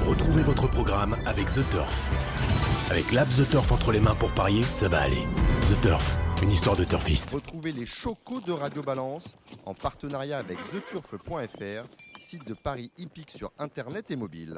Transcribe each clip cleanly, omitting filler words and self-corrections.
Retrouvez votre programme avec The Turf. Avec l'app The Turf entre les mains pour parier, ça va aller. The Turf, une histoire de turfiste. Retrouvez les chocos de Radio Balance en partenariat avec theturf.fr, site de paris hippique sur internet et mobile.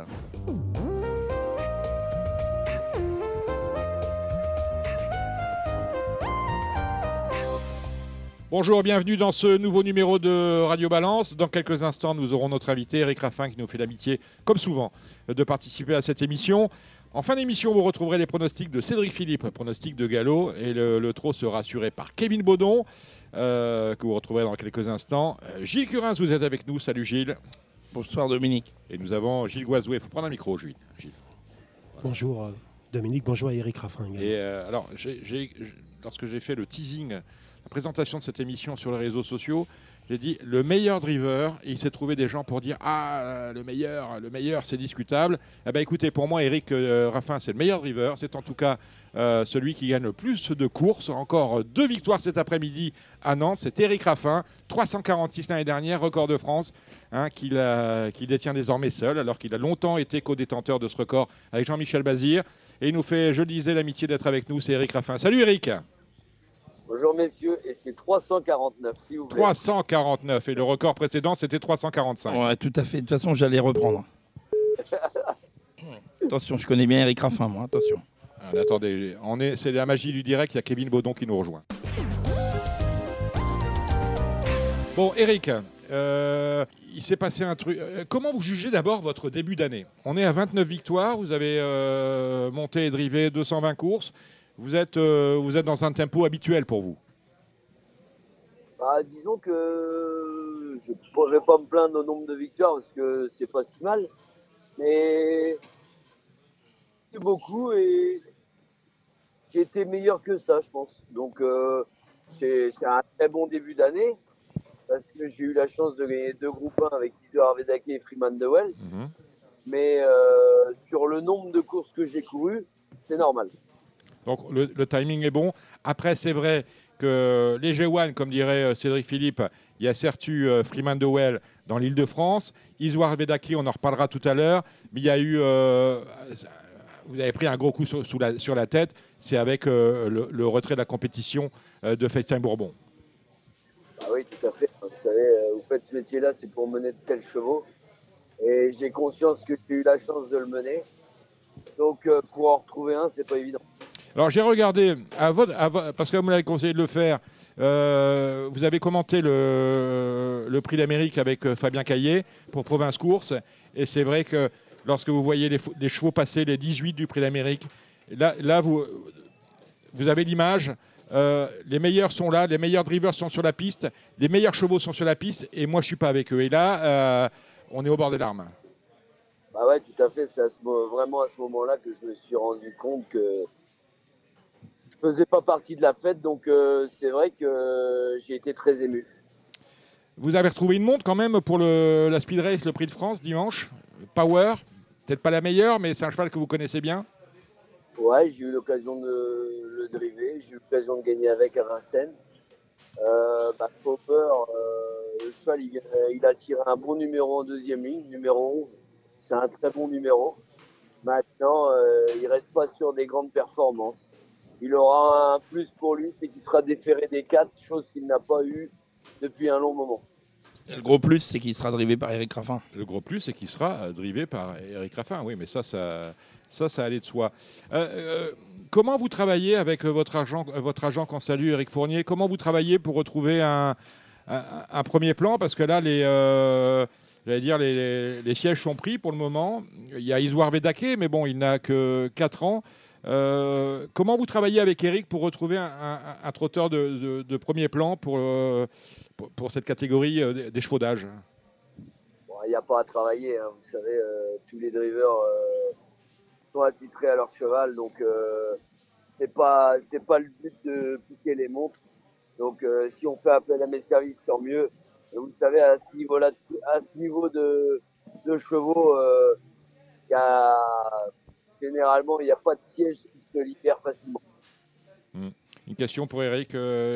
Bonjour, bienvenue dans ce nouveau numéro de Radio Balance. Dans quelques instants, nous aurons notre invité Eric Raffin qui nous fait l'amitié, comme souvent, de participer à cette émission. En fin d'émission, vous retrouverez les pronostics de Cédric Philippe, pronostics de galop, et le trot sera assuré par Kevin Baudon, que vous retrouverez dans quelques instants. Gilles Curins, vous êtes avec nous. Salut Gilles. Bonsoir Dominique. Et nous avons Gilles Goizouet. Il faut prendre un micro, Gilles. Voilà. Bonjour Dominique, bonjour à Eric Raffin. Et alors, lorsque j'ai fait le teasing, la présentation de cette émission sur les réseaux sociaux, j'ai dit le meilleur driver, et il s'est trouvé des gens pour dire le meilleur c'est discutable. Eh ben écoutez, pour moi Eric Raffin c'est le meilleur driver, c'est en tout cas celui qui gagne le plus de courses, encore 2 victoires cet après-midi à Nantes, c'est Eric Raffin, 346 l'année dernière, record de France, qu'il détient désormais seul, alors qu'il a longtemps été co-détenteur de ce record avec Jean-Michel Bazir, et il nous fait, je le disais, l'amitié d'être avec nous, c'est Eric Raffin. Salut Eric. Bonjour messieurs, et c'est 349 s'il vous plaît. 349, et le record précédent c'était 345. Ouais, tout à fait. De toute façon, j'allais reprendre. Attention, je connais bien Eric Raffin, moi. Attention. Attendez, c'est la magie du direct, il y a Kevin Baudon qui nous rejoint. Bon, Eric, il s'est passé un truc. Comment vous jugez d'abord votre début d'année ? On est à 29 victoires, vous avez monté et drivé 220 courses. Vous êtes dans un tempo habituel pour vous ? Disons que je ne pourrais pas me plaindre au nombre de victoires parce que c'est pas si mal. Mais c'est beaucoup et j'ai été meilleur que ça, je pense. Donc c'est un très bon début d'année parce que j'ai eu la chance de gagner 2 groupes 1 avec Isor Vedake et Freeman Dewell. Mais sur le nombre de courses que j'ai courues, c'est normal. Donc le timing est bon. Après, c'est vrai que les G1, comme dirait Cédric Philippe, il y a certes eu Freeman Dewell dans l'Île-de-France. Isor Vedake, on en reparlera tout à l'heure. Mais il y a eu... vous avez pris un gros coup sur la tête. C'est avec le retrait de la compétition de FaceTime Bourbon. Oui, tout à fait. Vous savez, vous faites ce métier-là, c'est pour mener de tels chevaux. Et j'ai conscience que j'ai eu la chance de le mener. Donc, pour en retrouver un, c'est pas évident. Alors j'ai regardé, parce que vous m'avez conseillé de le faire, vous avez commenté le prix d'Amérique avec Fabien Caillet pour Province Course. Et c'est vrai que lorsque vous voyez les chevaux passer les 18 du prix d'Amérique, là vous avez l'image, les meilleurs sont là, les meilleurs drivers sont sur la piste, les meilleurs chevaux sont sur la piste et moi je ne suis pas avec eux. Et là, on est au bord des larmes. Ouais, tout à fait. C'est vraiment à ce moment-là que je me suis rendu compte que je faisais pas partie de la fête, donc c'est vrai que j'ai été très ému. Vous avez retrouvé une montre quand même pour la Speed Race, le Prix de France dimanche. Power, peut-être pas la meilleure, mais c'est un cheval que vous connaissez bien. Ouais, j'ai eu l'occasion de le driver, j'ai eu l'occasion de gagner avec à Vincennes. Popper, le cheval, il a tiré un bon numéro en deuxième ligne, numéro 11. C'est un très bon numéro. Maintenant, il reste pas sur des grandes performances. Il aura un plus pour lui, c'est qu'il sera déféré des 4, chose qu'il n'a pas eu depuis un long moment. Et le gros plus, c'est qu'il sera drivé par Eric Raffin. Le gros plus, c'est qu'il sera drivé par Eric Raffin. Oui, mais ça allait de soi. Comment vous travaillez avec votre agent qu'on salue, Eric Fournier ? Comment vous travaillez pour retrouver un premier plan ? Parce que là, les sièges sont pris pour le moment. Il y a Isor Vedake, mais bon, il n'a que 4 ans. Comment vous travaillez avec Eric pour retrouver un trotteur de premier plan pour cette catégorie des chevaux d'âge ? Il n'y a pas à travailler, hein. Vous savez, tous les drivers sont attitrés à leur cheval, donc c'est pas le but de piquer les montres. Donc si on fait appel à mes services, tant mieux. Et vous savez, à ce niveau de chevaux, généralement, il n'y a pas de siège qui se libère facilement. Une question pour Eric, Gilles ?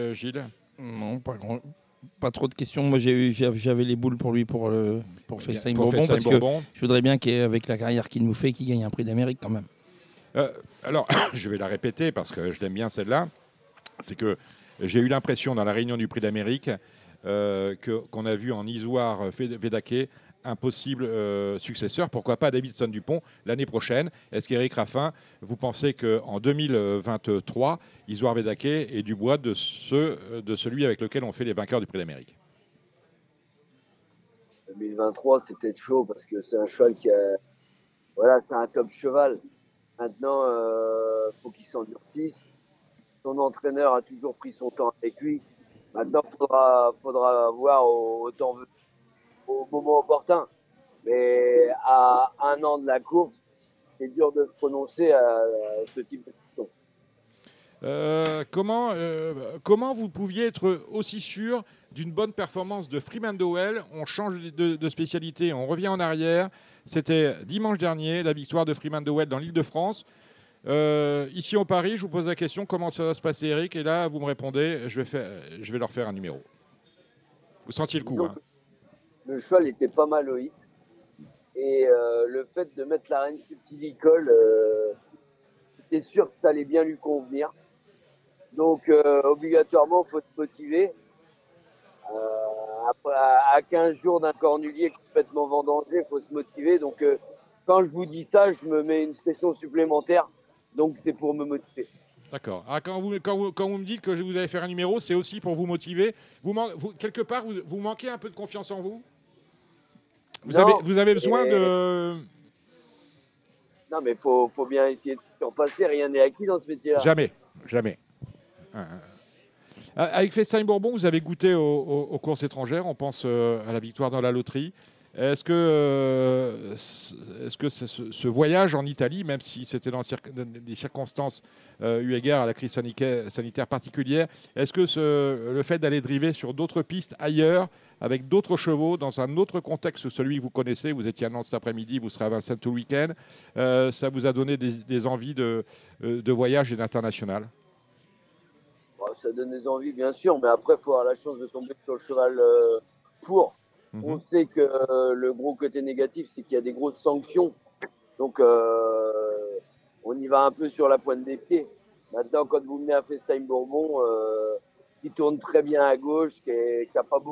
Non, pas grand. Pas trop de questions. Moi, j'avais les boules pour lui pour Festheim Pour Bourbon Festheim parce Bourbon. que je voudrais bien qu'avec la carrière qu'il nous fait, qu'il gagne un prix d'Amérique quand même. Alors, je vais la répéter parce que je l'aime bien celle-là. C'est que j'ai eu l'impression dans la réunion du prix d'Amérique qu'on a vu en Isoire Védaké un possible successeur, pourquoi pas Davidson Dupont l'année prochaine. Est-ce qu'Éric Raffin, vous pensez qu'en 2023, Isoire Védaké est du bois de celui avec lequel on fait les vainqueurs du prix d'Amérique? 2023, c'est peut-être chaud parce que c'est un cheval qui a. Voilà, c'est un top cheval. Maintenant, faut qu'il s'endurcisse. Son entraîneur a toujours pris son temps avec lui. Maintenant, faudra voir au moment opportun. Mais à 1 an de la course, c'est dur de se prononcer à ce type de question. Comment vous pouviez être aussi sûr d'une bonne performance de Freeman Dowell? On change de spécialité, on revient en arrière. C'était dimanche dernier, la victoire de Freeman Dowell dans l'Île-de-France. Ici au Paris, je vous pose la question, comment ça va se passer, Eric? Et là, vous me répondez, je vais leur faire un numéro. Vous sentiez le coup, hein? Le cheval était pas mal au hit. Et le fait de mettre la reine Subtilicole, c'était sûr que ça allait bien lui convenir. Donc, obligatoirement, il faut se motiver. À 15 jours d'un cornulier complètement vendangé, il faut se motiver. Donc, quand je vous dis ça, je me mets une pression supplémentaire. Donc, c'est pour me motiver. D'accord. Ah, quand vous me dites que vous allez faire un numéro, c'est aussi pour vous motiver. Quelque part, vous manquez un peu de confiance en vous? Vous avez besoin de... Non, mais faut bien essayer de surpasser. Rien n'est acquis dans ce métier-là. Jamais. Avec Festheim Bourbon, vous avez goûté aux courses étrangères. On pense à la victoire dans la loterie. Est-ce que ce voyage en Italie, même si c'était dans des circonstances eu égard à la crise sanitaire particulière, est-ce que le fait d'aller driver sur d'autres pistes ailleurs, avec d'autres chevaux, dans un autre contexte que celui que vous connaissez, vous étiez à Nantes cet après-midi, vous serez à Vincennes tout le week-end, ça vous a donné des envies de voyage et d'international? Ça donne des envies, bien sûr, mais après, il faut avoir la chance de tomber sur le cheval pour. On sait que le gros côté négatif, c'est qu'il y a des grosses sanctions. Donc, on y va un peu sur la pointe des pieds. Maintenant, quand vous venez à Festheim Bourbon, qui tourne très bien à gauche, qui n'a pas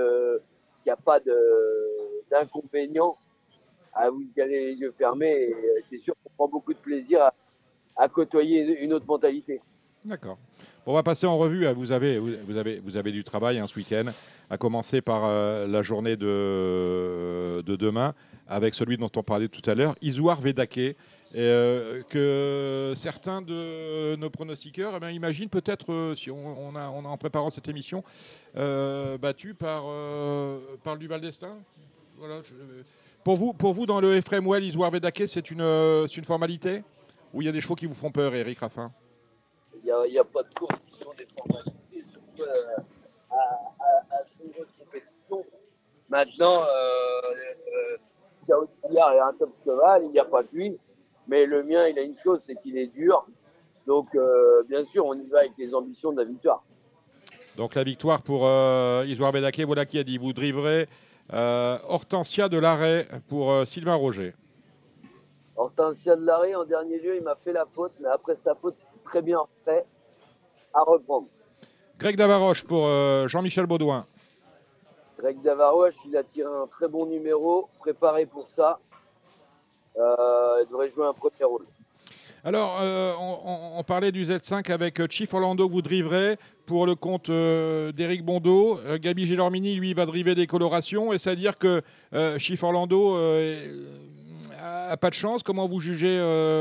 d'inconvénients, vous y allez les yeux fermés. Et c'est sûr qu'on prend beaucoup de plaisir à côtoyer une autre mentalité. D'accord. On va passer en revue. Vous avez du travail ce week-end, à commencer par la journée de demain, avec celui dont on parlait tout à l'heure, Isoire Védaké, que certains de nos pronostiqueurs imaginent peut-être, si on a en préparant cette émission, battu par le Duval d'Estaing. Voilà, pour vous, dans le Ephraim Well, Isoire Védaké, c'est une formalité? Ou il y a des chevaux qui vous font peur, Éric Raffin? Il n'y a pas de course qui sont des formalités, surtout à ce niveau de compétition. Maintenant, il y a un top cheval, il n'y a pas que lui, mais le mien, il a une chose, c'est qu'il est dur. Donc, bien sûr, on y va avec les ambitions de la victoire. Donc, la victoire pour Isoire Védaké, voilà qui a dit. Vous driverez Hortensia de l'Arrêt pour Sylvain Roger. Hortensia de l'Arrêt, en dernier lieu, il m'a fait la faute, mais après sa faute, c'est très bien fait à reprendre. Greg Davaroche pour Jean-Michel Baudouin. Greg Davaroche, il a tiré un très bon numéro, préparé pour ça. Il devrait jouer un premier rôle. Alors, on parlait du Z5 avec Chief Orlando que vous driverez pour le compte d'Éric Bondeau. Gabi Gélormini, lui, va driver des colorations. Et c'est-à-dire que Chief Orlando a pas de chance. Comment vous jugez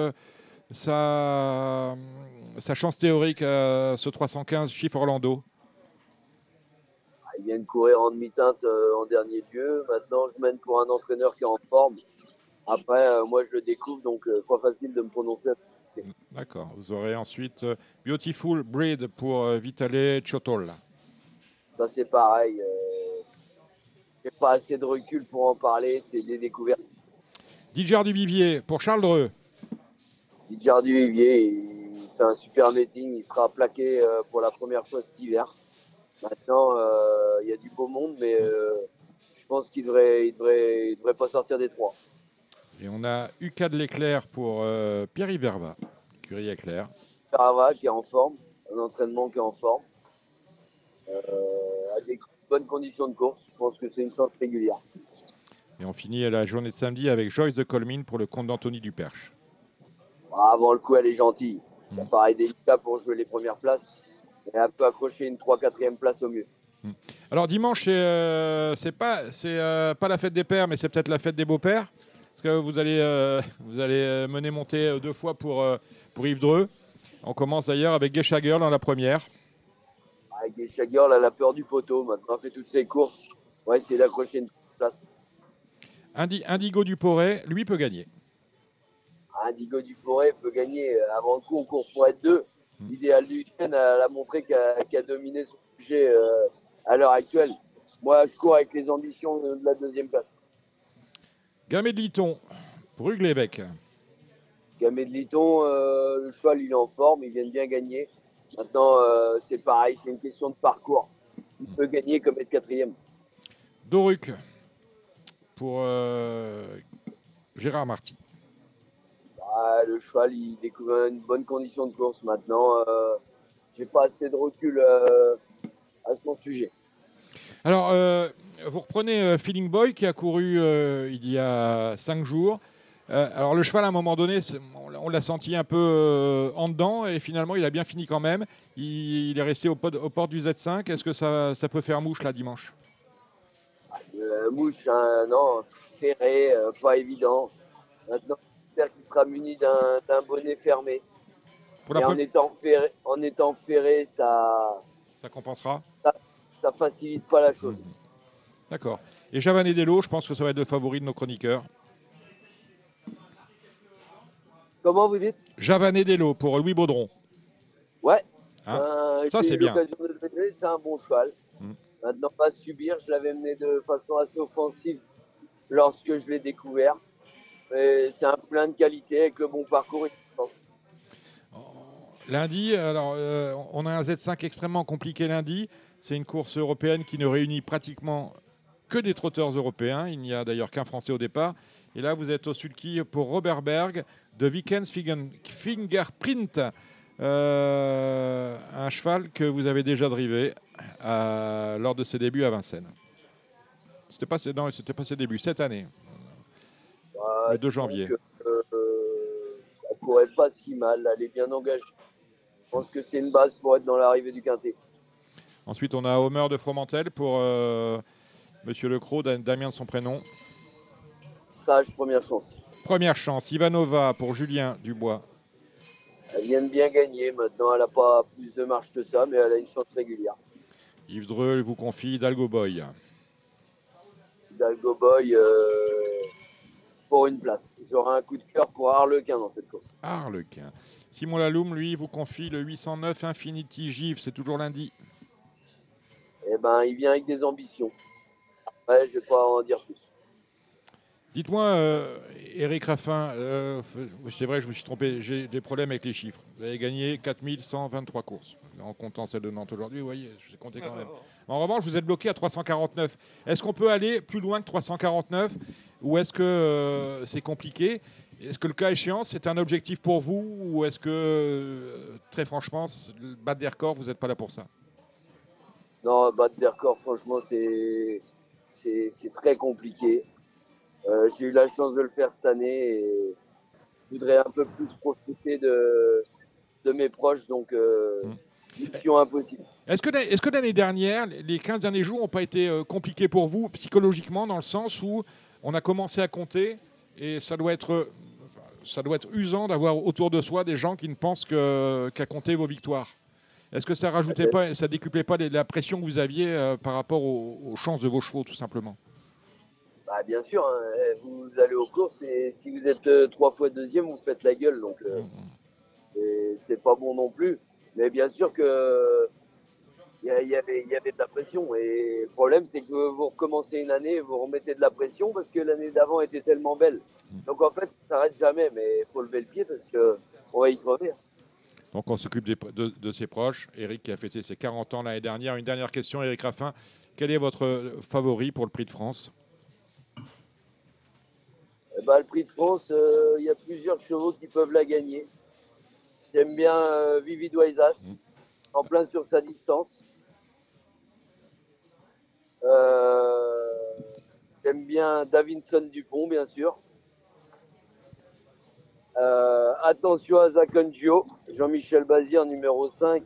sa chance théorique à ce 315 Chief Orlando? Il vient de courir en demi-teinte en dernier lieu. Maintenant, je mène pour un entraîneur qui est en forme. Après, moi, je le découvre, donc pas facile de me prononcer. D'accord. Vous aurez ensuite Beautiful Breed pour Vitale Ciottola. Ça, c'est pareil. J'ai pas assez de recul pour en parler. C'est des découvertes. Didier Duvivier pour Charles Dreux. Didier Duvivier, il fait un super meeting. Il sera plaqué pour la première fois cet hiver. Maintenant, il y a du beau monde, mais je pense qu'il devrait pas sortir des 3. Et on a UK de l'Éclair pour Pierre Verva, Curie Éclair. Carava qui est en forme, un entraînement qui est en forme, à des bonnes conditions de course. Je pense que c'est une chance régulière. Et on finit la journée de samedi avec Joyce de Colmine pour le compte d'Anthony Duperche. Avant le coup, elle est gentille. Ça paraît délicat pour jouer les premières places. Et elle peut accrocher une 3-4e place au mieux. Alors dimanche, c'est pas la fête des pères, mais c'est peut-être la fête des beaux-pères. Parce que vous allez mener monter 2 fois pour Yves Dreux. On commence d'ailleurs avec Geisha Girl dans la première. Avec Geisha Girl, elle a peur du poteau. Maintenant, elle fait toutes ses courses. On va essayer d'accrocher une place. Indigo du Poré, lui, peut gagner. Indigo du Forêt peut gagner. Avant le coup, on court pour être 2. L'idéal du week-end, elle a montré qu'elle a dominé son sujet à l'heure actuelle. Moi, je cours avec les ambitions de la 2e place. Gamay de Liton pour Hugues Lévesque. Gamay de Liton, le cheval, il est en forme. Il vient de bien gagner. Maintenant, c'est pareil. C'est une question de parcours. Il peut gagner comme être 4e. Doruc pour Gérard Marty. Le cheval, il découvre une bonne condition de course. Maintenant, j'ai pas assez de recul à son sujet. Alors, vous reprenez Feeling Boy qui a couru il y a 5 jours. Alors, le cheval, à un moment donné, on l'a senti un peu en dedans et finalement, il a bien fini quand même. Il est resté aux portes du Z5. Est-ce que ça peut faire mouche là dimanche? Mouche, hein, non, ferré, pas évident. Maintenant, j'espère qu'il sera muni d'un bonnet fermé. Et en étant ferré, ça compensera. Ça facilite pas la chose. D'accord. Et Javané Delo, je pense que ça va être le favori de nos chroniqueurs. Comment vous dites? Javané Delo pour Louis Baudron. Ouais. Ça, c'est bien. C'est un bon cheval. Maintenant, pas subir. Je l'avais mené de façon assez offensive lorsque je l'ai découvert. Et c'est un plein de qualité avec le bon parcours. Lundi, alors, on a un Z5 extrêmement compliqué lundi. C'est une course européenne qui ne réunit pratiquement que des trotteurs européens. Il n'y a d'ailleurs qu'un Français au départ. Et là, vous êtes au sulky pour Robert Berg de Vikens Fingerprint. Un cheval que vous avez déjà drivé lors de ses débuts à Vincennes. C'était pas ses débuts, cette année, le 2 janvier. Ça pourrait pas si mal, elle est bien engagée. Je pense que c'est une base pour être dans l'arrivée du Quintet. Ensuite, on a Homer de Fromentel pour Monsieur Lecros, Damien de son prénom. Sage, première chance. Première chance, Ivanova pour Julien Dubois. Elle vient de bien gagner. Maintenant, elle n'a pas plus de marche que ça, mais elle a une chance régulière. Yves Dreux vous confie Hidalgo Boy. Hidalgo Boy pour une place. J'aurai un coup de cœur pour Harlequin dans cette course. Harlequin. Simon Laloum, lui, vous confie le 809 Infinity Gif. C'est toujours lundi. Eh ben, il vient avec des ambitions. Ouais, je ne vais pas en dire plus. Dites-moi, Eric Raffin, c'est vrai, je me suis trompé, j'ai des problèmes avec les chiffres. Vous avez gagné 4123 courses. En comptant celle de Nantes aujourd'hui, vous voyez, je l'ai compté quand même. En revanche, vous êtes bloqué à 349. Est-ce qu'on peut aller plus loin que 349 ou est-ce que c'est compliqué? Est-ce que le cas échéant, c'est un objectif pour vous ou est-ce que, très franchement, battre des records, vous n'êtes pas là pour ça? Non, battre des records, franchement, c'est très compliqué. J'ai eu la chance de le faire cette année et je voudrais un peu plus profiter de mes proches, donc mission impossible. Est-ce que l'année dernière, les 15 derniers jours n'ont pas été compliqués pour vous psychologiquement, dans le sens où on a commencé à compter et ça doit être usant d'avoir autour de soi des gens qui ne pensent qu'à compter vos victoires? Est-ce que ça rajoutait pas, ça décuplait pas la pression que vous aviez par rapport aux chances de vos chevaux, tout simplement? Bah, bien sûr, hein, vous allez aux courses et si vous êtes 3 fois deuxième, vous faites la gueule, donc c'est pas bon non plus. Mais bien sûr que il y avait de la pression et le problème c'est que vous recommencez une année et vous remettez de la pression parce que l'année d'avant était tellement belle. Donc en fait, ça s'arrête jamais, mais il faut lever le pied parce que on va y crever. Donc on s'occupe de ses proches. Eric qui a fêté ses 40 ans l'année dernière. Une dernière question, Eric Raffin. Quel est votre favori pour le Prix de France? Le Prix de France, il y a plusieurs chevaux qui peuvent la gagner. J'aime bien Vivid Waisas, en plein sur sa distance. J'aime bien Davinson Dupont, bien sûr. Attention à Zakonjo, Jean-Michel Bazir, numéro 5.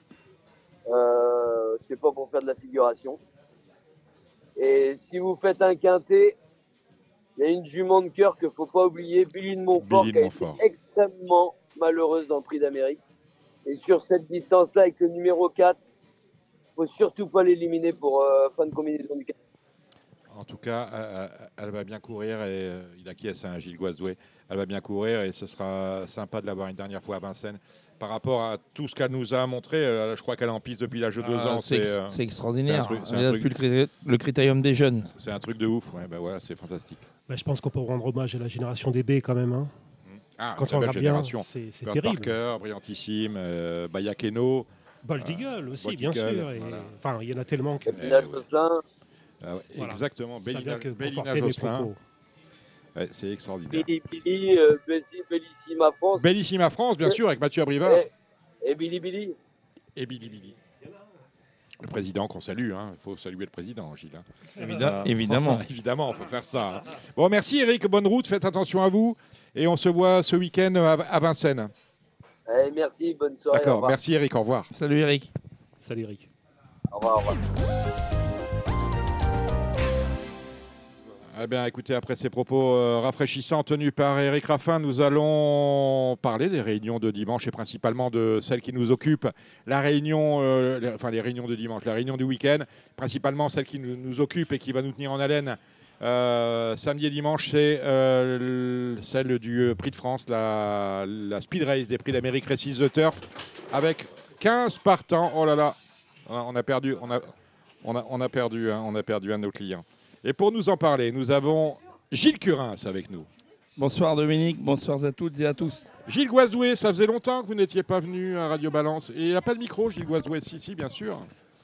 C'est pas pour faire de la figuration. Et si vous faites un quintet, il y a une jument de cœur qu'il ne faut pas oublier, Billy de Montfort, qui a été extrêmement malheureuse dans le Prix d'Amérique. Et sur cette distance-là, avec le numéro 4, il ne faut surtout pas l'éliminer pour fin de combinaison du quintet. En tout cas, elle va bien courir et il acquiesce à Gilles Guazoué. Elle va bien courir et ce sera sympa de l'avoir une dernière fois à Vincennes. Par rapport à tout ce qu'elle nous a montré, je crois qu'elle est en piste depuis l'âge de 2 ans. C'est extraordinaire. C'est elle a depuis le critérium des jeunes. C'est un truc de ouf. Ouais, voilà, c'est fantastique. Je pense qu'on peut rendre hommage à la génération des B quand même. Hein. Quand on regarde bien, c'est terrible. Parker, Brillantissime, Bayakeno. Bold Eagle aussi, Bold bien Eagle, sûr. Enfin, il y en a tellement que. Voilà. Exactement, Bélina Jocelyn. C'est extraordinaire. Bellissima France. Bellissima France, bien sûr, avec Mathieu Abrivard. Et Billy. Le président qu'on salue, il faut saluer le président, Gilles. Évidemment. Évidemment, il faut faire ça. Bon, merci Eric, bonne route, faites attention à vous. Et on se voit ce week-end à Vincennes. Merci, bonne soirée. D'accord, merci Eric, au revoir. Salut Eric. Salut Eric. Au revoir. Eh bien, écoutez, après ces propos rafraîchissants tenus par Eric Raffin, nous allons parler des réunions de dimanche et principalement de celles qui nous occupent. La réunion, les réunions de dimanche, la réunion du week-end, principalement celle qui nous occupe et qui va nous tenir en haleine samedi et dimanche, c'est celle du Prix de France, la Speed Race des Prix d'Amérique Races The Turf, avec 15 partants. Oh là là, on a perdu un de nos clients. Et pour nous en parler, nous avons Gilles Curins avec nous. Bonsoir Dominique, bonsoir à toutes et à tous. Gilles Guazoué, ça faisait longtemps que vous n'étiez pas venu à Radio Balance. Et il n'y a pas de micro, Gilles Guazoué, si, bien sûr.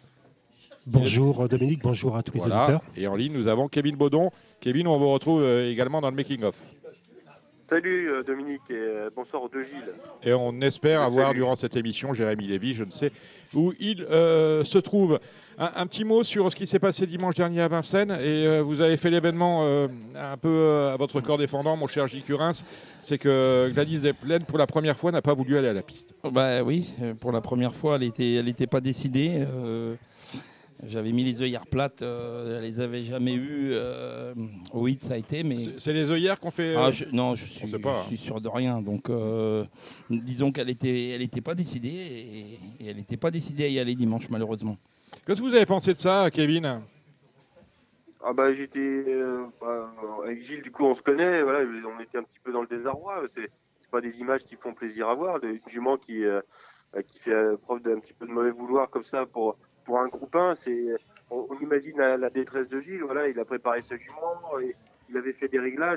Bonjour Dominique, bonjour à tous les auditeurs. Et en ligne, nous avons Kevin Baudon. Kevin, on vous retrouve également dans le making-of. Salut Dominique et bonsoir aux deux Gilles. Et on espère avoir durant cette émission Jérémy Lévy, je ne sais où il se trouve. Un petit mot sur ce qui s'est passé dimanche dernier à Vincennes. Et vous avez fait l'événement un peu à votre corps défendant, mon cher Gilles Curins. C'est que Gladys Desplaines, pour la première fois, n'a pas voulu aller à la piste. Oui, pour la première fois, elle n'était pas décidée. J'avais mis les œillères plates, elle les avait jamais eues. Au hit, ça a été, mais c'est les œillères qu'on fait. Non, je suis sûr de rien. Donc, disons qu'elle était pas décidée et elle n'était pas décidée à y aller dimanche, malheureusement. Qu'est-ce que vous avez pensé de ça, Kevin ? J'étais avec Gilles, du coup, on se connaît. Voilà, on était un petit peu dans le désarroi. C'est pas des images qui font plaisir à voir. Une jument qui fait preuve d'un petit peu de mauvais vouloir comme ça pour un groupe 1, on imagine la détresse de Gilles. Voilà, il a préparé sa jument, et il avait fait des réglages.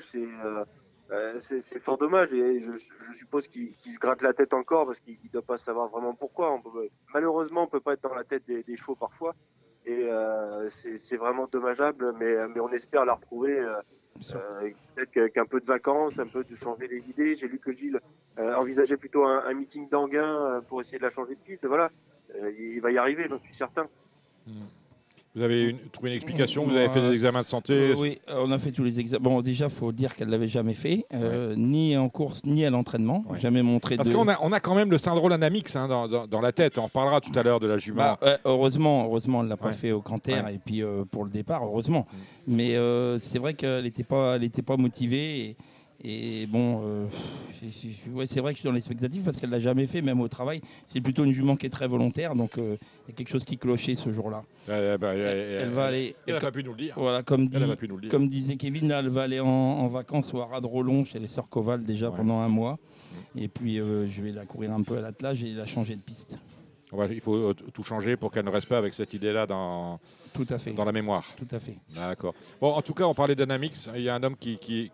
C'est fort dommage. Et je suppose qu'il se gratte la tête encore parce qu'il ne doit pas savoir vraiment pourquoi. Malheureusement, on ne peut pas être dans la tête des chevaux parfois. Et c'est vraiment dommageable. Mais on espère la retrouver. Peut-être qu'un peu de vacances, un peu de changer les idées. J'ai lu que Gilles envisageait plutôt un meeting d'Anguin pour essayer de la changer de piste. Voilà. Il va y arriver, j'en suis certain. Vous avez trouvé une explication, vous avez fait des examens de santé. Oui, on a fait tous les examens. Bon, déjà, il faut dire qu'elle ne l'avait jamais fait, ni en course, ni à l'entraînement. Jamais montré. Parce qu'on a quand même le syndrome Anamix dans la tête. On reparlera tout à l'heure de la jument. Heureusement, elle ne l'a pas fait au Canter. Et puis, pour le départ, heureusement. Mais c'est vrai qu'elle n'était pas motivée. Et bon, c'est vrai que je suis dans l'expectative parce qu'elle ne l'a jamais fait, même au travail. C'est plutôt une jument qui est très volontaire, donc il y a quelque chose qui clochait ce jour-là. Elle va aller. Elle n'a pas pu nous le dire. Voilà, comme disait Kevin, elle va aller en vacances au Haras de Rollon chez les Sœurs Koval déjà pendant un mois. Et puis je vais la courir un peu à l'attelage et la changer de piste. Il faut tout changer pour qu'elle ne reste pas avec cette idée-là dans la mémoire. Tout à fait. D'accord. Bon, en tout cas, on parlait d'Anamix. Il y a un homme qui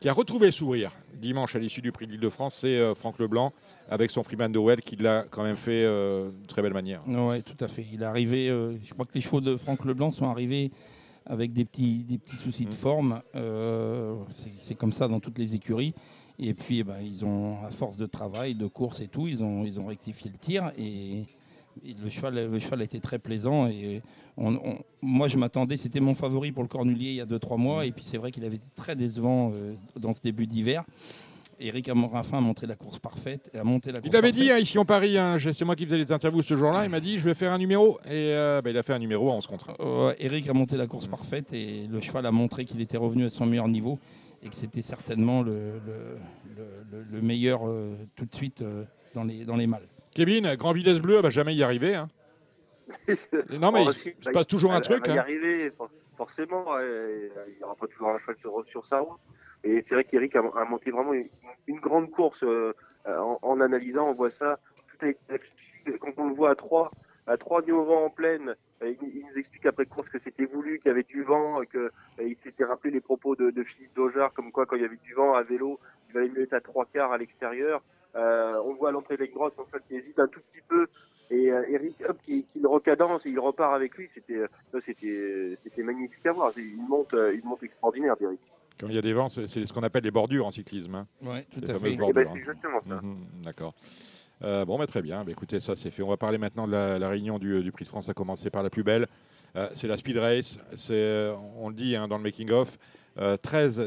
qui a retrouvé le sourire dimanche à l'issue du prix de l'Île-de-France, c'est Franck Leblanc avec son Freeman de Well qui l'a quand même fait de très belle manière. Oui, tout à fait. Il est arrivé, je crois que les chevaux de Franck Leblanc sont arrivés avec des petits soucis de forme. C'est comme ça dans toutes les écuries. Et puis, ils ont, à force de travail, de course et tout, ils ont rectifié le tir. Et le cheval a été très plaisant. Et moi, je m'attendais, c'était mon favori pour le Cornulier il y a 2-3 mois. Et puis, c'est vrai qu'il avait été très décevant dans ce début d'hiver. Éric Raffin a montré la course parfaite. Et a monté la course il avait parfaite. dit ici en Paris, c'est moi qui faisais les interviews ce jour-là, il m'a dit je vais faire un numéro. Et il a fait un numéro à 11 contre 1. Éric a monté la course parfaite et le cheval a montré qu'il était revenu à son meilleur niveau et que c'était certainement le meilleur tout de suite dans les mâles. Kevin, Grand Vitesse Bleu, elle va jamais y arriver. Hein. Non mais il se passe toujours un truc. Elle va y arriver, forcément. Il n'y aura pas toujours un cheval sur sa route. Et c'est vrai qu'Éric a monté vraiment une grande course. En analysant, on voit ça. Tout a été réfléchi. Quand on le voit à 3 nœuds au vent en pleine, il nous explique après course que c'était voulu, qu'il y avait du vent, qu'il s'était rappelé les propos de Philippe Daugeard, comme quoi quand il y avait du vent à vélo, il valait mieux être à 3/4 à l'extérieur. On voit à l'entrée de l'Aiguegrosse un cheval qui hésite un tout petit peu. Et Éric, qui le recadence et il repart avec lui, c'était magnifique à voir. Une monte extraordinaire d'Éric. Quand il y a des vents, c'est ce qu'on appelle les bordures en cyclisme. Hein. Oui, tout les à fait. C'est exactement ça. D'accord. Très bien. Écoutez, ça c'est fait. On va parler maintenant de la réunion du Prix de France, à commencer par la plus belle. C'est la Speed Race. On le dit dans le making-of. 13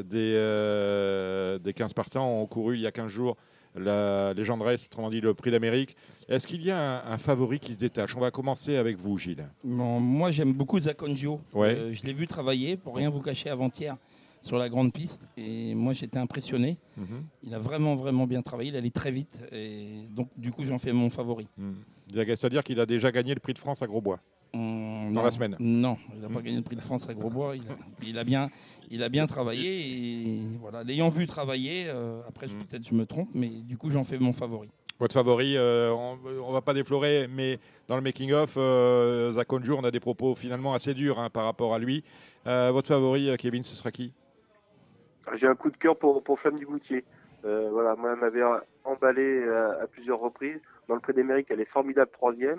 des 15 partants ont couru il y a 15 jours la Legend Race, autrement dit le Prix d'Amérique. Est-ce qu'il y a un favori qui se détache? On va commencer avec vous, Gilles. Bon, moi, j'aime beaucoup Zacconjo. Ouais. Je l'ai vu travailler, pour rien vous cacher, avant-hier sur la grande piste. Et moi, j'étais impressionné. Il a vraiment, vraiment bien travaillé. Il allait très vite. Et donc, du coup, j'en fais mon favori. C'est-à-dire qu'il a déjà gagné le Prix de France à Grosbois dans la semaine. Non, il n'a pas gagné le Prix de France à Grosbois. Il a bien travaillé. Et voilà, l'ayant vu travailler, après, peut-être je me trompe, mais du coup, j'en fais mon favori. Votre favori, on ne va pas déflorer, mais dans le making-of, Zacconjo, on a des propos finalement assez durs par rapport à lui. Votre favori, Kevin, ce sera qui? J'ai un coup de cœur pour Flamme du Goutier. Voilà, moi, elle m'avait emballé à plusieurs reprises. Dans le Prix d'Amérique, elle est formidable, 3e.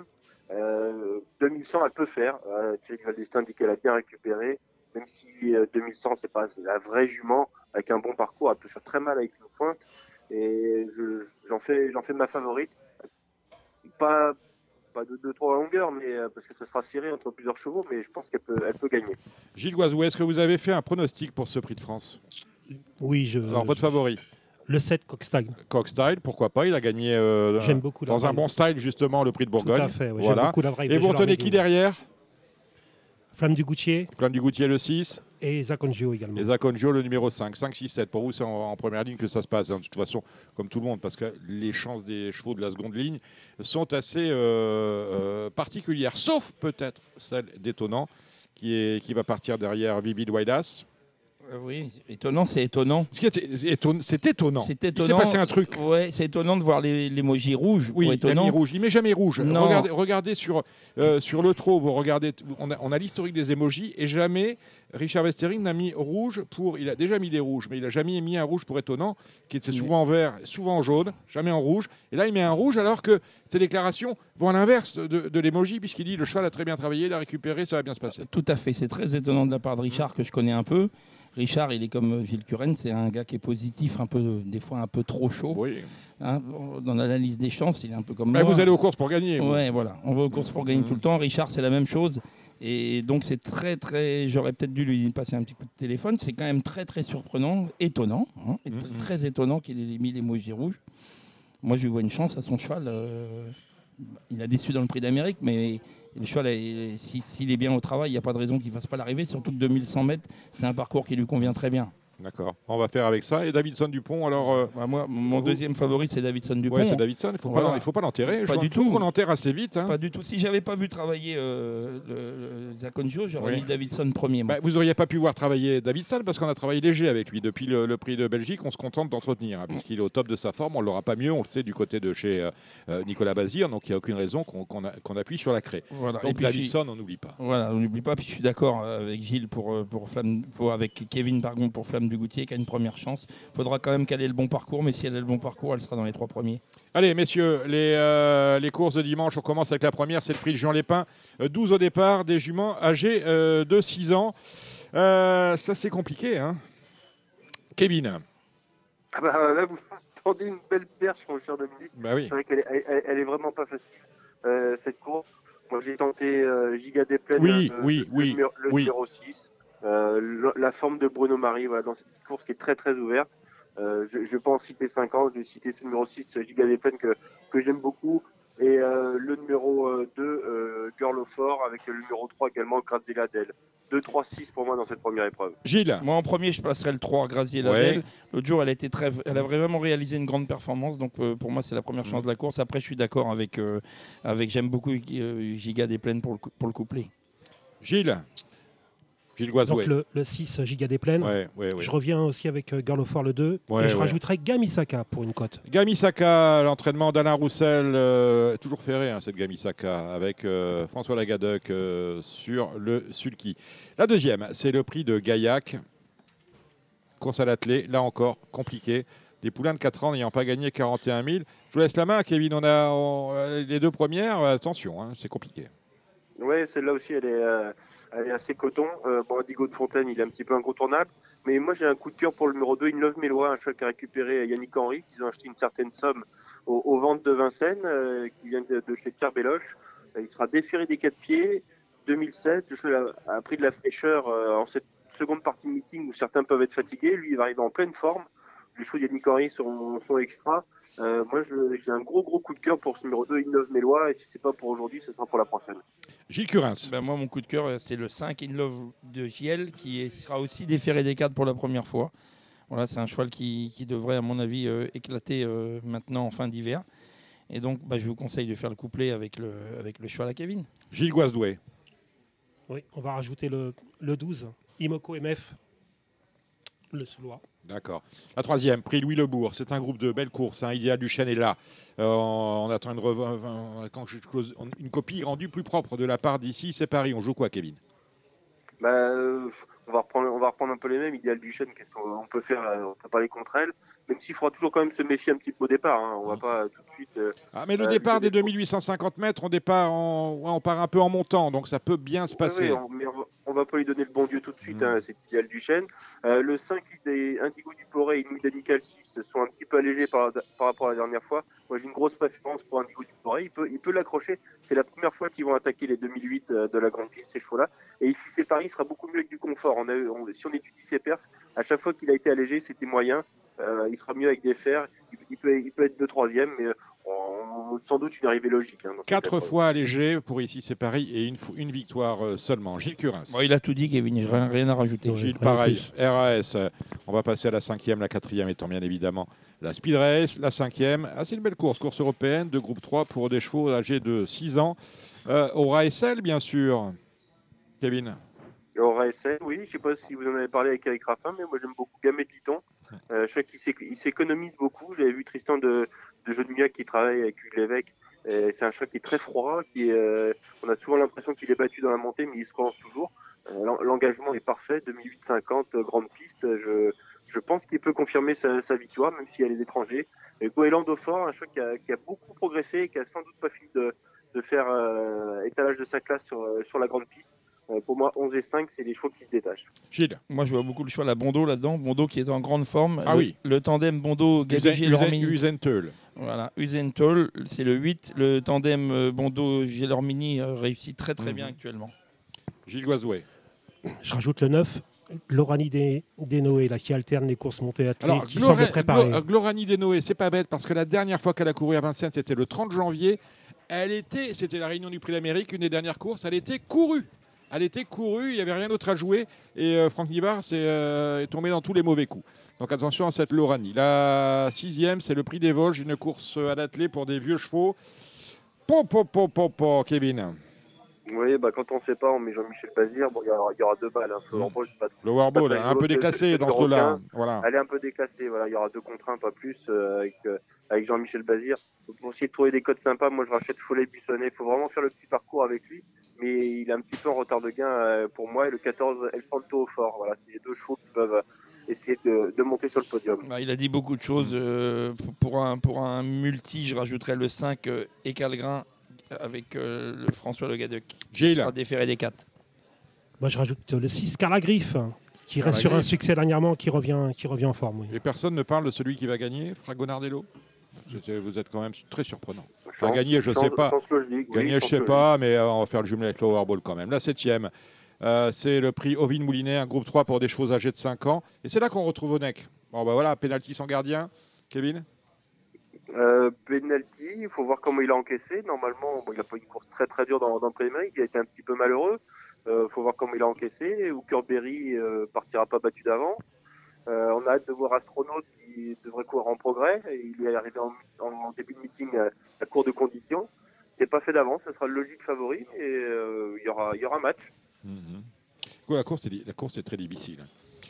2100, elle peut faire. Thierry Valdestin dit qu'elle a bien récupéré. Même si 2100, c'est pas la vraie jument, avec un bon parcours, elle peut faire très mal avec une pointe. Et j'en fais ma favorite. Pas de trop à longueur, mais parce que ça sera serré entre plusieurs chevaux, mais je pense qu'elle peut gagner. Gilles Guazou, est-ce que vous avez fait un pronostic pour ce Prix de France? Oui, Alors, votre favori? Le 7 Cockstyle. Cockstyle, pourquoi pas? Il a gagné j'aime beaucoup dans un bon style, justement, le Prix de Bourgogne. Tout à fait, ouais, voilà. j'aime beaucoup la vraie. Et vous retenez qui derrière? Flamme du Goutier. Flamme du Goutier, le 6. Et Zacconjo également. Et Zacconjo, le numéro 5. 5, 6, 7. Pour vous, c'est en première ligne que ça se passe. De toute façon, comme tout le monde, parce que les chances des chevaux de la seconde ligne sont assez particulières. Sauf peut-être celle d'Étonnant, qui va partir derrière Vivid Waidas. Oui, étonnant, c'est étonnant. C'est étonnant. C'est étonnant. Il s'est passé un truc. Ouais, c'est étonnant de voir l'emoji rouge. Oui, il a mis rouge. Il met jamais rouge. Non. Regardez sur le trot, vous regardez, on a l'historique des émojis et jamais Richard Westering n'a mis rouge pour. Il a déjà mis des rouges, mais il a jamais mis un rouge pour étonnant, qui était souvent en vert, souvent en jaune, jamais en rouge. Et là, il met un rouge alors que ces déclarations vont à l'inverse de l'émoji, puisqu'il dit le cheval a très bien travaillé, il a récupéré, ça va bien se passer. Tout à fait. C'est très étonnant de la part de Richard, que je connais un peu. Richard, il est comme Gilles Curren, c'est un gars qui est positif, des fois un peu trop chaud. Oui. Hein, dans l'analyse des chances, il est un peu comme moi. Vous allez aux courses pour gagner. Ouais, voilà. On va aux courses pour gagner tout le temps. Richard, c'est la même chose. Et donc, c'est très, très... J'aurais peut-être dû lui passer un petit coup de téléphone. C'est quand même très, très surprenant, étonnant. Très étonnant qu'il ait mis l'émoji rouge. Moi, je lui vois une chance à son cheval. Il a déçu dans le Prix d'Amérique, mais le cheval, s'il est bien au travail, il n'y a pas de raison qu'il ne fasse pas l'arrivée. Surtout que 2100 mètres, c'est un parcours qui lui convient très bien. D'accord. On va faire avec ça. Et Davidson Dupont, alors moi, mon deuxième favori, c'est Davidson Dupont. Oui, c'est Davidson. Il ne faut pas l'enterrer. Pas du tout. Qu'on l'enterre assez vite. Pas du tout. Si j'avais pas vu travailler Zacconjo, j'aurais mis Davidson premier. Vous n'auriez pas pu voir travailler Davidson parce qu'on a travaillé léger avec lui. Depuis le Prix de Belgique, on se contente d'entretenir. Puisqu'il est au top de sa forme, on ne l'aura pas mieux. On le sait du côté de chez Nicolas Bazir. Donc il n'y a aucune raison qu'on appuie sur la craie. Voilà. Donc Davidson, on n'oublie pas. Voilà, on n'oublie pas. Puis je suis d'accord avec Gilles avec Kevin pour Flamme Madame Dugoutier qui a une première chance. Il faudra quand même qu'elle ait le bon parcours, mais si elle a le bon parcours, elle sera dans les 3 premiers. Allez, messieurs, les courses de dimanche, on commence avec la première, c'est le prix de Jean Lépin. 12 au départ, des juments âgées de 6 ans. Ça, c'est compliqué, hein. Kevin. Ah bah, là, vous attendez une belle perche, mon cher Dominique. Bah oui. C'est vrai qu'elle elle est vraiment pas facile, cette course. Moi, j'ai tenté Giga des Plaines, le numéro 6. La forme de Bruno Marie, voilà, dans cette course qui est très très ouverte. Je ne vais pas en citer 50, je vais citer ce numéro 6, Giga des Plaines, que j'aime beaucoup. Et le numéro 2, Girl of Fort, avec le numéro 3 également, Grazia Del. 2, 3, 6 pour moi dans cette première épreuve. Gilles. Moi en premier je placerai le 3 Grazier Ladel. L'autre jour elle a vraiment réalisé une grande performance, donc pour moi c'est la première chance de la course. Après je suis d'accord avec j'aime beaucoup Giga des Plaines pour le couplet. Gilles Goisouet. Donc le 6 Giga des Plaines. Je reviens aussi avec Girl of War le 2 et je rajouterai Gamisaka pour une cote. Gamisaka, l'entraînement d'Alain Roussel, toujours ferré cette Gamisaka, avec François Lagadec sur le sulky. La deuxième, c'est le prix de Gaillac. Course à l'attelé, là encore, compliqué. Des poulains de 4 ans n'ayant pas gagné 41 000. Je vous laisse la main, Kevin. On a les deux premières, attention, c'est compliqué. Oui, celle-là aussi, elle est assez coton. Indigo de Fontaine, il est un petit peu incontournable. Mais moi, j'ai un coup de cœur pour le numéro 2, Inlove Mélois, un cheval qui a récupéré Yannick Henry, qui ont acheté une certaine somme aux ventes de Vincennes, qui vient de chez Pierre Béloche. Il sera déféré des 4 pieds. 2007, le cheval a pris de la fraîcheur en cette seconde partie de meeting où certains peuvent être fatigués. Lui, il va arriver en pleine forme. Les chevaux de Yannick Henry sont extra. Moi, j'ai un gros coup de cœur pour ce numéro 2, Inlove Mélois. Et si ce n'est pas pour aujourd'hui, ce sera pour la prochaine. Gilles Curins. Moi, mon coup de cœur, c'est le 5 Inlove de JL qui sera aussi déféré des 4 pour la première fois. Voilà, c'est un cheval qui devrait, à mon avis, éclater maintenant en fin d'hiver. Et donc, je vous conseille de faire le couplet avec le cheval à Kevin. Gilles Goisouet. Oui, on va rajouter le 12, Imoko MF, le Soulois. D'accord. La troisième, prix Louis Lebourg. C'est un groupe de belles courses. Idéal Duchesne est là. On attend une copie rendue plus propre de la part d'ici. C'est Paris. On joue quoi, Kevin ? On va reprendre un peu les mêmes. Idéal Duchesne, qu'est-ce qu'on peut faire ? On peut pas aller contre elle. Même s'il faudra toujours quand même se méfier un petit peu au départ. On va pas tout de suite. Mais le départ des 2850 mètres, on part un peu en montant, donc ça peut bien se passer. Mais on va pas lui donner le bon Dieu tout de suite. C'est Idéal Duchesne. Le 5 des Indigo du Poré et Nuit d'Anical 6 sont un petit peu allégés par rapport à la dernière fois. Moi, j'ai une grosse préférence pour Indigo du Poré. Il peut l'accrocher. C'est la première fois qu'ils vont attaquer les 2008 de la grande piste, ces chevaux-là. Et ici, c'est Paris, il sera beaucoup mieux avec du confort. Si on étudie ses perfs, à chaque fois qu'il a été allégé, c'était moyen. Il sera mieux avec des fers. Il peut être de troisième, mais sans doute une arrivée logique. 4 fois allégé pour ici, c'est Paris, et une victoire seulement. Gilles Curins. Il a tout dit, Kevin. Rien à rajouter. Gilles, pareil. RAS. On va passer à la 5e, la 4e étant bien évidemment la Speed Race. La 5e, c'est une belle course européenne de groupe 3 pour des chevaux âgés de 6 ans. Au RASL, bien sûr. Kevin. Au RASL, oui. Je ne sais pas si vous en avez parlé avec Eric Raffin, mais moi j'aime beaucoup Gamet de Liton. Je sais qu'il s'économise beaucoup. J'avais vu Tristan de Genouillac qui travaille avec Hugues Lévesque. C'est un cheval qui est très froid. On a souvent l'impression qu'il est battu dans la montée, mais il se relance toujours. L'engagement est parfait. 2008-50, grande piste. Je pense qu'il peut confirmer sa victoire, même si elle est d'étranger. Goéland Dauphin, un cheval qui a beaucoup progressé et qui a sans doute pas fini de faire étalage de sa classe sur la grande piste. Pour moi, 11 et 5, c'est les chevaux qui se détachent. Gilles. Moi, je vois beaucoup le cheval à Bondo là-dedans. Bondo qui est en grande forme. Oui. Le tandem Bondo-Gelormini. Usentel. Voilà, Usentel, c'est le 8. Le tandem Bondo-Gelormini réussit très très bien actuellement. Gilles Goisouet. Je rajoute le 9. Glorani Desnoé, qui alterne les courses montées athlètes, qui semble préparée. Glorani Desnoé, c'est pas bête, parce que la dernière fois qu'elle a couru à Vincennes, c'était le 30 janvier. C'était la réunion du Prix d'Amérique, une des dernières courses, elle était courue. Il n'y avait rien d'autre à jouer. Et Franck Nivard est tombé dans tous les mauvais coups. Donc attention à cette Lorani. La 6e, c'est le Prix des Vosges, une course à l'attelé pour des vieux chevaux. Kevin. Oui, quand on ne sait pas, on met Jean-Michel Bazir. Il y aura 2 balles. Le Warbowl, un peu déclassé dans ce lot-là. Voilà. Elle est un peu déclassée. Voilà. Il y aura 2 contre 1, pas plus, avec Jean-Michel Bazir. Pour essayer de trouver des codes sympas, moi je rachète Follet-Buissonnet. Il faut vraiment faire le petit parcours avec lui. Mais il est un petit peu en retard de gain pour moi. Et le 14, El Santo au fort. Voilà, c'est les 2 chevaux qui peuvent essayer de monter sur le podium. Bah, il a dit beaucoup de choses. Pour un multi, je rajouterais le 5 Écalgrain avec le François Le Gadec qui sera déféré des 4. Moi, je rajoute le 6 Calagriffe, qui reste sur un succès dernièrement, qui revient en forme. Oui. Et personne ne parle de celui qui va gagner, Fragonardello. Vous êtes quand même très surprenant. Gagner, je ne sais pas. Gagner, je ne sais pas, mais on va faire le jumelé avec le Powerball quand même. La 7e, c'est le prix Ovine Moulinet, un groupe 3 pour des chevaux âgés de 5 ans. Et c'est là qu'on retrouve Onek. Bon, ben voilà, pénalty sans gardien. Kevin Penalty, il faut voir comment il a encaissé. Normalement, il n'a pas eu une course très très dure dans le Prix-Amérique. Il a été un petit peu malheureux. Il faut voir comment il a encaissé. Hooker Berry partira pas battu d'avance. On a hâte de voir Astronaute qui devrait courir en progrès. Il est arrivé en début de meeting à court de conditions. C'est pas fait d'avance, ce sera le logique favori et il y aura match. La course est très difficile.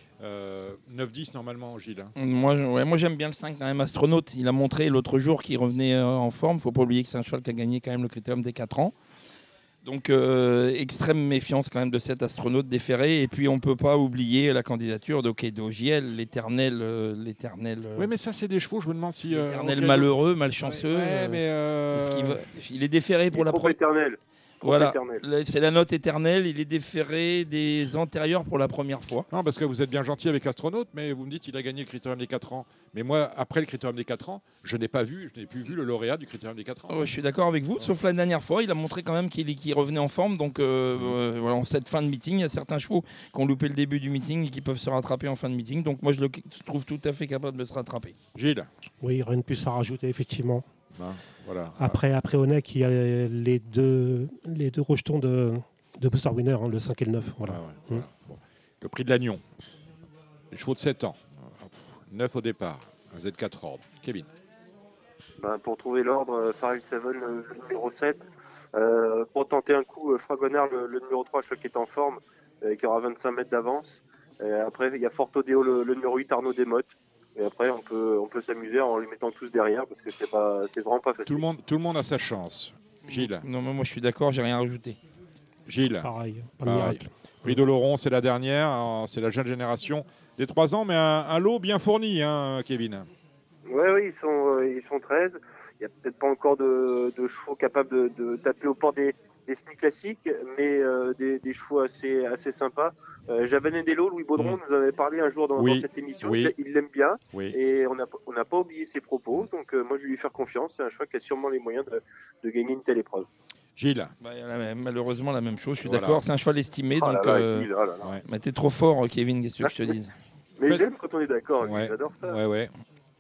9-10 normalement, Gilles. Moi j'aime bien le 5 quand même, Astronaute. Il a montré l'autre jour qu'il revenait en forme. Faut pas oublier que c'est un cheval qui a gagné quand même le critérium des 4 ans. Donc extrême méfiance quand même de cet Astronaute déféré. Et puis on peut pas oublier la candidature d'Ogiel, l'éternel. Oui, mais ça c'est des chevaux. Je me demande si l'éternel malheureux, malchanceux. Ouais, mais il est déféré pour la première. Éternel. Voilà, c'est la note éternelle. Il est déféré des antérieurs pour la première fois. Non, parce que vous êtes bien gentil avec Astronaute, mais vous me dites qu'il a gagné le critérium des 4 ans. Mais moi, après le critérium des 4 ans, je n'ai plus vu le lauréat du critérium des 4 ans. Je suis d'accord avec vous, sauf la dernière fois, il a montré quand même qu'il revenait en forme. Donc voilà, en cette fin de meeting, il y a certains chevaux qui ont loupé le début du meeting et qui peuvent se rattraper en fin de meeting. Donc moi, je le trouve tout à fait capable de se rattraper. Gilles. Oui, rien de plus à rajouter, effectivement. Voilà. Après Onek, il y a les deux rejetons de Booster Winner, le 5 et le 9. Voilà. Bon. Le prix de l'Agnon. Les chevaux de 7 ans. 9 au départ. Un Z4 ordre. Kevin. Pour trouver l'ordre, Farrell Seven, le numéro 7. Pour tenter un coup, Fragonard, le numéro 3, je crois qu'il est en forme, qui aura 25 mètres d'avance. Après, il y a Fortodeo, le numéro 8, Arnaud Desmottes. Et après, on peut s'amuser en les mettant tous derrière parce que c'est vraiment pas facile. Tout le monde a sa chance. Gilles. Non, mais moi je suis d'accord, j'ai rien rajouté. Gilles. Pareil, pas de miracle. Prix d'Oloron, c'est la dernière, c'est la jeune génération des 3 ans, mais un lot bien fourni, hein, Kevin. Oui, ils sont 13. Il n'y a peut-être pas encore de chevaux capables de taper au port des semi-classiques, mais des chevaux assez sympas. Javanello, Louis Baudron nous en avait parlé un jour dans cette émission. Il l'aime bien et on n'a pas oublié ses propos. Donc moi, je vais lui faire confiance. C'est un cheval qui a sûrement les moyens de gagner une telle épreuve. Gilles. Malheureusement, la même chose. Je suis d'accord. C'est un cheval estimé. Mais t'es trop fort, Kevin. Qu'est-ce que je te dis? Mais j'aime quand on est d'accord. J'adore ça. Ouais.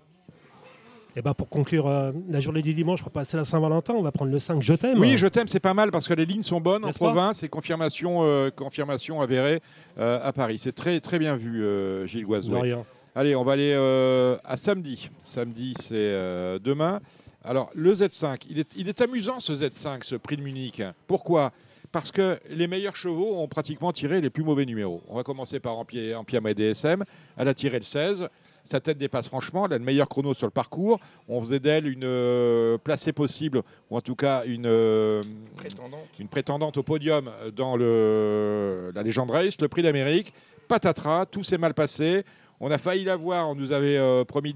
Et pour conclure la journée du dimanche, pour passer à la Saint-Valentin, on va prendre le 5 Je t'aime. Oui, Je t'aime, c'est pas mal parce que les lignes sont bonnes en province et confirmation avérée à Paris. C'est très, très bien vu, Gilles Goizouet. Allez, on va aller à samedi. Samedi, c'est demain. Alors, le Z5, il est amusant ce Z5, ce prix de Munich. Pourquoi ? Parce que les meilleurs chevaux ont pratiquement tiré les plus mauvais numéros. On va commencer par Ampiama DSM. Elle a tiré le 16. Sa tête dépasse franchement. Elle a le meilleur chrono sur le parcours. On faisait d'elle une placée possible, ou en tout cas une prétendante au podium dans la Legend Race, le prix d'Amérique. Patatras, tout s'est mal passé. On a failli la voir. On nous avait promis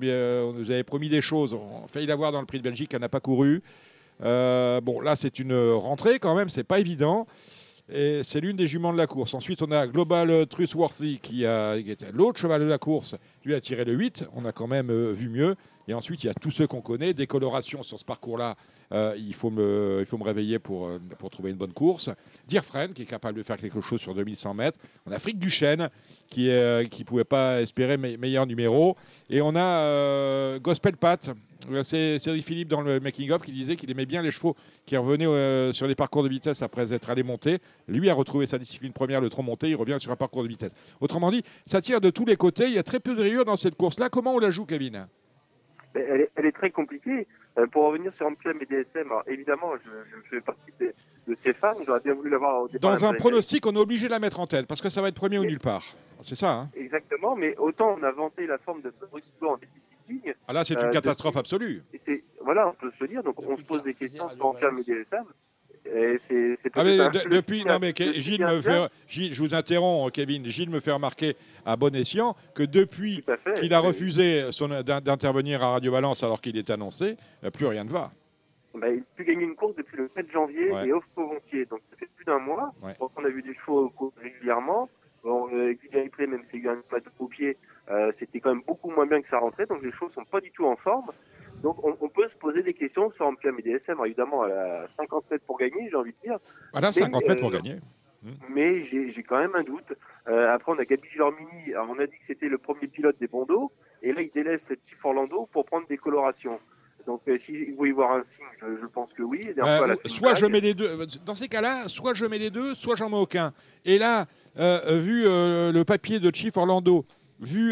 des choses. On a failli la voir dans le prix de Belgique. Elle n'a pas couru. Là, c'est une rentrée quand même. C'est pas évident. Et c'est l'une des juments de la course. Ensuite, on a Global Trustworthy qui était l'autre cheval de la course. Lui a tiré le 8. On a quand même vu mieux. Et ensuite, il y a tous ceux qu'on connaît. Décoloration sur ce parcours-là. Il faut me réveiller pour trouver une bonne course. Dear Friend, qui est capable de faire quelque chose sur 2100 mètres. On a Fric Duchesne, qui ne pouvait pas espérer meilleur numéro. Et on a Gospel Pat. C'est Cédric Philippe dans le making-of qui disait qu'il aimait bien les chevaux qui revenaient sur les parcours de vitesse après être allés monter. Lui a retrouvé sa discipline première, le tronc monté. Il revient sur un parcours de vitesse. Autrement dit, ça tire de tous les côtés. Il y a très peu de rayures dans cette course-là. Comment on la joue, Kevin ? Elle est très compliquée. Pour revenir sur Ampiam et DSM, alors évidemment, je fais partie de ces fans. J'aurais bien voulu l'avoir au départ. Dans un pronostic, on est obligé de la mettre en tête parce que ça va être premier ou nulle part. C'est ça, hein ? Exactement, mais autant on a vanté la forme de Fabrice Hubert en début de meeting. Ah là, c'est une catastrophe absolue. Voilà, on peut se le dire. Donc on se pose des questions sur Ampiam et DSM. Et c'est Ah mais peut-être depuis, non mais le Gilles signal me fait, Gilles, je vous interromps, Kevin. Gilles me fait remarquer à bon escient que depuis tout à fait. qu'il a refusé d'intervenir à Radio Balance alors qu'il est annoncé, plus rien ne va. Bah, il a pu gagner une course depuis le 7 janvier Ouais. et off Poventier. Donc ça fait plus d'un mois. Ouais. Donc, on a vu des chevaux régulièrement. Bon, Guy Play, même s'il y a eu un mat au pied, c'était quand même beaucoup moins bien que ça rentrait. Donc les chevaux sont pas du tout en forme. Donc on peut se poser des questions sur Ampiam et DSM. Alors, évidemment, elle a 50 mètres pour gagner, j'ai envie de dire. Voilà, 50 mètres pour gagner. Mais j'ai quand même un doute. Après, on a Gabi Gilormini. Alors, on a dit que c'était le premier pilote des bandeaux. Et là, il délaisse Chief Orlando pour prendre des colorations. Donc, s'il veut y voir un signe, je pense que oui. Soit je mets les deux. Dans ces cas-là, soit je mets les deux, soit j'en mets aucun. Et là, vu le papier de Chief Orlando, vu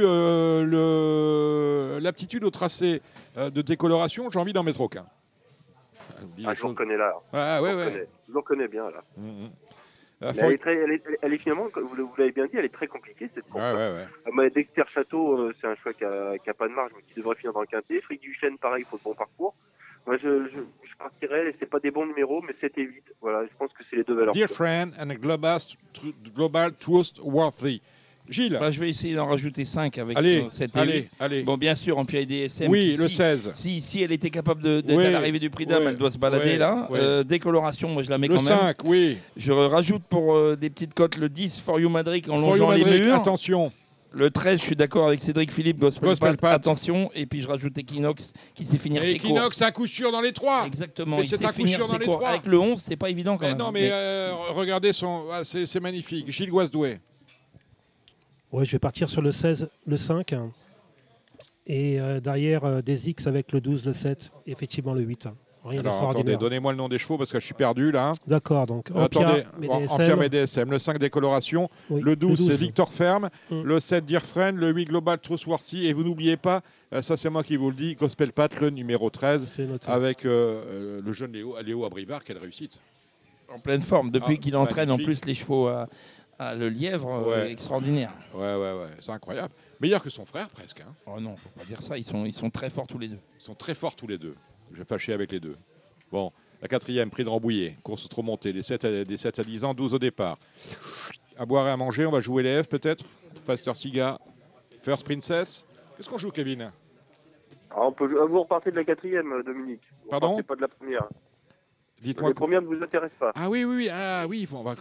l'aptitude au tracé de décoloration, j'ai envie d'en mettre aucun. Je le reconnais là. Ah, ouais. Je le reconnais bien là. Mais elle est finalement, vous l'avez bien dit, elle est très compliquée cette course. Dexter Château, c'est un choix qui a pas de marge, mais qui devrait finir dans le quintet. Frick Duchesne, pareil, il faut le bon parcours. Moi, je partirais, c'est pas des bons numéros, mais 7 et 8. Voilà, je pense que c'est les deux valeurs. Dear friend and a global trustworthy. Gilles. Je vais essayer d'en rajouter 5 avec cette allez. Bon, bien sûr, en PIDSM. Oui, le 16. Si elle était capable d'être à l'arrivée du prix d'âme, elle doit se balader là. Décoloration, moi je la mets quand même. Le 5, oui. Je rajoute pour des petites cotes le 10, For You Madrid en longeant les murs. Attention. Le 13, je suis d'accord avec Cédric Philippe, Gospel Pat, attention. Et puis je rajoute Equinox qui sait finir ses courses. Equinox, c'est un coup sûr dans les 3. Exactement. Mais c'est un coup sûr dans les 3. Avec le 11, c'est pas évident quand même. Non, mais regardez, c'est magnifique. Gilles Guasdoué. Ouais, je vais partir sur le 16, le 5. Et derrière, des X avec le 12, le 7, et effectivement le 8. Rien d'extraordinaire. Attendez, donnez-moi le nom des chevaux parce que je suis perdu là. D'accord, donc Empire et DSM. Le 5, décoloration. Oui, le 12, c'est Victor Ferme. Le 7, Dear Friend. Le 8, Global Trustworthy. Et vous n'oubliez pas, ça c'est moi qui vous le dis, Gospel Pat, le numéro 13, avec le jeune Léo Abrivard. Quelle réussite. En pleine forme, depuis qu'il entraîne en plus les chevaux le lièvre, extraordinaire. Ouais, c'est incroyable. Meilleur que son frère presque. Hein. Oh non, faut pas dire ça, ils sont très forts tous les deux. Ils sont très forts tous les deux. Je vais fâcher avec les deux. Bon, la 4e, prix de Rambouillet, course trop montée, des 7 à 10 ans, 12 au départ. À boire et à manger, on va jouer les F peut-être. Faster Siga, First Princess. Qu'est-ce qu'on joue, Kevin? Vous repartez de la 4e, Dominique. Pardon? Vous pas de la première. Dites-moi. Les premières ne vous intéressent pas. Ah oui, on va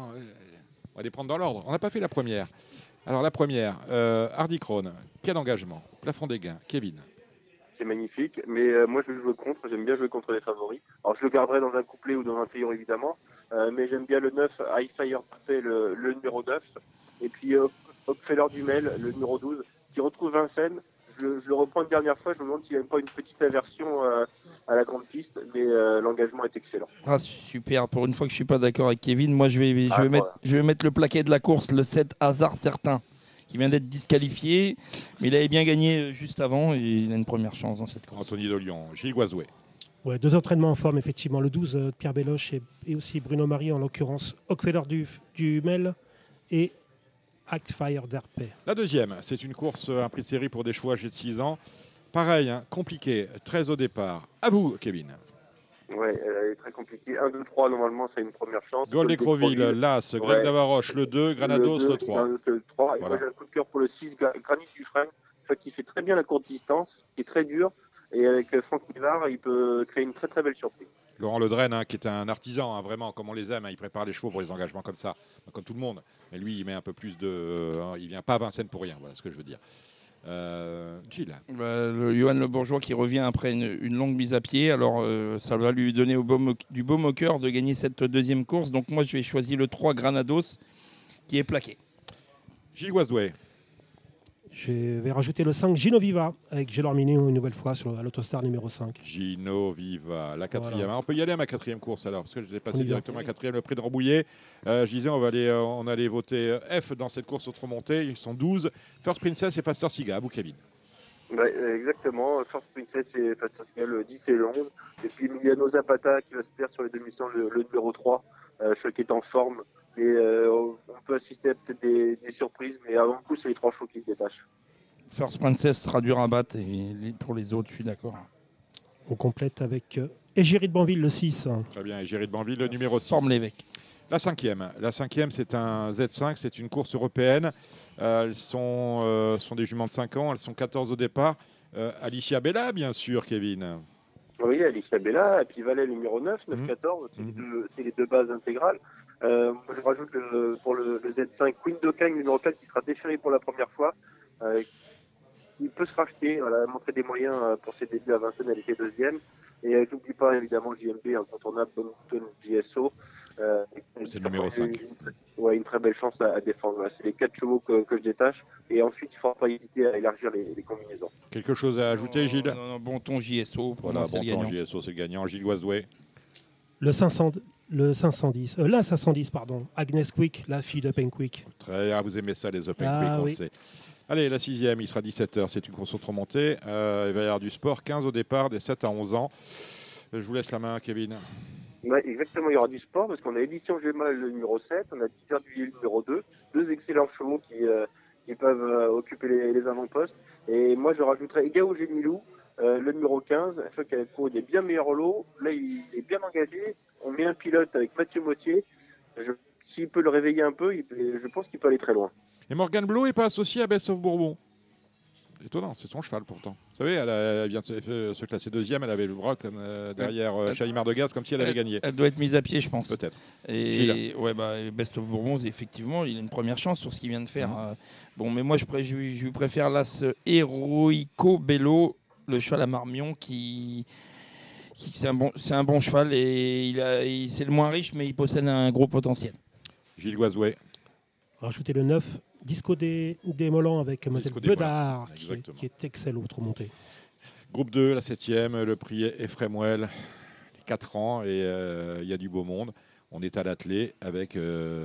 les prendre dans l'ordre. On n'a pas fait la première. Alors la première, Hardy Krone, quel engagement? Plafond des gains, Kevin. C'est magnifique, mais moi je vais jouer contre, j'aime bien jouer contre les favoris. Alors je le garderai dans un couplet ou dans un trio évidemment, mais j'aime bien le 9, High Fire Puppet, le numéro 9, et puis Hopfeller Dumel, le numéro 12, qui retrouve Vincennes. Je le reprends une dernière fois, je me demande s'il n'y a pas une petite aversion à la grande piste, mais l'engagement est excellent. Ah super, pour une fois que je ne suis pas d'accord avec Kevin, moi je vais mettre le plaquet de la course, le 7 Hasard Certain, qui vient d'être disqualifié, mais il avait bien gagné juste avant et il a une première chance dans cette course. Anthony de Lyon, Gilles Guasdoué. Ouais, 2 entraînements en forme, effectivement. Le 12, Pierre Belloche et aussi Bruno Marie, en l'occurrence, Hockfeller du Mel et Actfire d'Herpé. La 2e, c'est une course, un prix de série pour des chevaux âgés de 6 ans. Pareil, compliqué, 13 au départ. À vous, Kevin. Oui, elle est très compliquée. 1, 2, 3, normalement, c'est une première chance. Gold d'Écreville, l'As, Greg Davaroche, le 2, Granados, le 3. Le 3. Et moi, j'ai un coup de cœur pour le 6, Granit Dufresne, qui fait très bien la courte distance, qui est très dur. Et avec Franck Nivard, il peut créer une très très belle surprise. Laurent Ledren, qui est un artisan, vraiment, comme on les aime. Il prépare les chevaux pour les engagements comme ça, comme tout le monde. Mais lui, il met un peu plus de... il vient pas à Vincennes pour rien, voilà ce que je veux dire. Gilles. Le Johan Le Bourgeois qui revient après une longue mise à pied. Alors, ça va lui donner du baume au cœur de gagner cette 2e course. Donc, moi, je vais choisir le 3 Granados qui est plaqué. Gilles Guasdoué. Je vais rajouter le 5 Gino Viva avec Gélormini une nouvelle fois à l'autostar numéro 5. Gino Viva, la 4e. Voilà. Alors, on peut y aller à ma 4e course alors, parce que je vais passer directement à la 4e, le prix de Rambouillet. Je disais, on allait voter F dans cette course autre montée. Ils sont 12. First Princess et Faster Siga. À vous, Kevin. Exactement. First Princess et Faster Siga, le 10 et le 11. Et puis Emiliano Zapata qui va se faire sur les demi-temps, le numéro 3, qui est en forme. Et on peut assister à peut-être des surprises, mais avant tout, c'est les 3 chevaux qui se détachent. First Princess sera dur à battre et pour les autres, je suis d'accord. On complète avec Égérie de Banville, le 6. Très bien, Égérie de Banville, le numéro 6. Forme l'évêque. La cinquième, c'est un Z5, c'est une course européenne. Elles sont des juments de 5 ans, elles sont 14 au départ. Alicia Bella, bien sûr, Kevin. Oui, Alicia Bella, et puis Valais numéro 9, 9-14, c'est les deux bases intégrales. Je rajoute pour le Z5, Queen Dokang numéro 4 qui sera déféré pour la première fois. Il peut se racheter, elle a montré des moyens pour ses débuts à Vincennes, elle était deuxième. Et j'oublie pas évidemment JMB, incontournable, Bonton JSO. C'est le numéro 5. Une très belle chance à défendre. Voilà, c'est les 4 chevaux que je détache. Et ensuite, il ne faudra pas hésiter à élargir les combinaisons. Quelque chose à ajouter, Gilles? Non, Bonton JSO. Voilà, Bonton JSO, c'est le gagnant. Gilles Oisouet. La 510, pardon. Agnes Quick, la fille de Penquick. Très bien, vous aimez ça, les Open Quick, on le sait. Allez, la sixième, il sera 17h, c'est une course auto-montée. Il va y avoir du sport, 15 au départ, des 7 à 11 ans. Je vous laisse la main, Kevin. Ouais, exactement, il y aura du sport parce qu'on a Édition Gémal le numéro 7, on a Tiger du le numéro 2, deux excellents chevaux qui peuvent occuper les avant-postes. Et moi, je rajouterais Egao Génilou, le numéro 15, un cheval qui a couru des bien meilleurs lots. Là, il est bien engagé. On met un pilote avec Mathieu Mottier. S'il peut le réveiller un peu, je pense qu'il peut aller très loin. Et Morgane Blot n'est pas associée à Best of Bourbon. Étonnant, c'est son cheval pourtant. Vous savez, elle vient de se classer deuxième, elle avait le bras comme derrière Chalimard de Gaz, comme si elle avait gagné. Elle doit être mise à pied, je pense. Peut-être. Et Best of Bourbon, effectivement, il a une première chance sur ce qu'il vient de faire. Bon, mais moi, je lui préfère l'As Heroico Bello, le cheval à Marmion, c'est un bon cheval et c'est le moins riche, mais il possède un gros potentiel. Gilles Oisouet. Rajoutez le 9, Disco des Mollans avec Mlle Bedard, qui est excellent autre montée. Groupe 2, la 7e, le prix Ephrem-Well, 4 ans, et il y a du beau monde. On est à l'attelé avec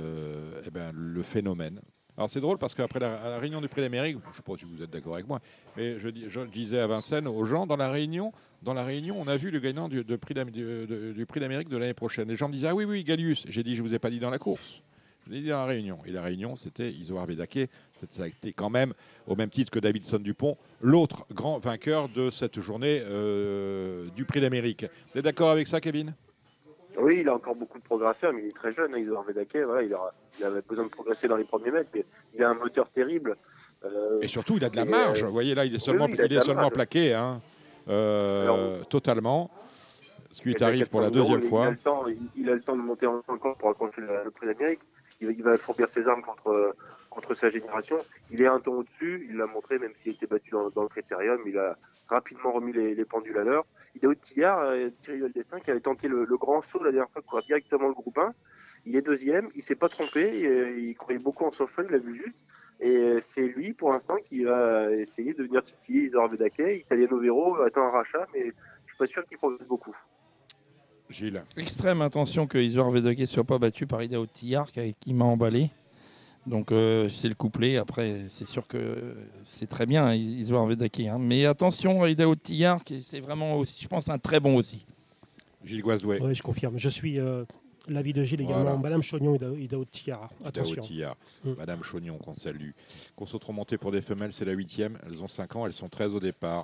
le phénomène. Alors c'est drôle parce qu'après la réunion du Prix d'Amérique, je ne sais pas si vous êtes d'accord avec moi, mais je disais à Vincennes aux gens, dans la réunion, on a vu le gagnant du Prix d'Amérique de l'année prochaine. Les gens me disaient, ah oui, Gallius. J'ai dit, je ne vous ai pas dit dans la course. Je l'ai dit dans la réunion. Et la réunion, c'était Isoar Vedake. Ça a été quand même, au même titre que Davidson Dupont, l'autre grand vainqueur de cette journée du Prix d'Amérique. Vous êtes d'accord avec ça, Kevin? Oui, il a encore beaucoup de progrès à faire, mais il est très jeune, Isoar Vedake. Voilà, il avait besoin de progresser dans les premiers mètres, mais il a un moteur terrible. Et surtout, il a de la marge. Vous voyez, là, il est seulement plaqué, totalement. Ce qui lui arrive pour la deuxième fois. Il a le temps de monter encore pour accrocher le Prix d'Amérique. Il va fourbir ses armes contre sa génération. Il est un ton au-dessus, il l'a montré, même s'il était battu dans le critérium, il a rapidement remis les pendules à l'heure. Il est au Tillard, Thierry Destin, qui avait tenté le grand saut la dernière fois, courir directement le groupe 1. Il est deuxième, il ne s'est pas trompé, il croyait beaucoup en son cheval, il l'a vu juste. Et c'est lui, pour l'instant, qui va essayer de venir titiller Isoar Vedake. Italiano Vero attend un rachat, mais je ne suis pas sûr qu'il progresse beaucoup. Gilles. Extrême attention que Isoar Vedake ne soit pas battu par Idao Tillard qui m'a emballé. Donc c'est le couplet. Après, c'est sûr que c'est très bien Isoar Vedake. Mais attention à Idao Tillard, qui c'est vraiment aussi, je pense, un très bon aussi. Gilles Oisouet. Oui, je confirme. Je suis l'avis de Gilles également. Voilà. Madame Chognon, Idao Tillard. Attention. Madame Chognon, qu'on salue. Course auto-montée pour des femelles, c'est la 8e. Elles ont 5 ans, elles sont 13 au départ.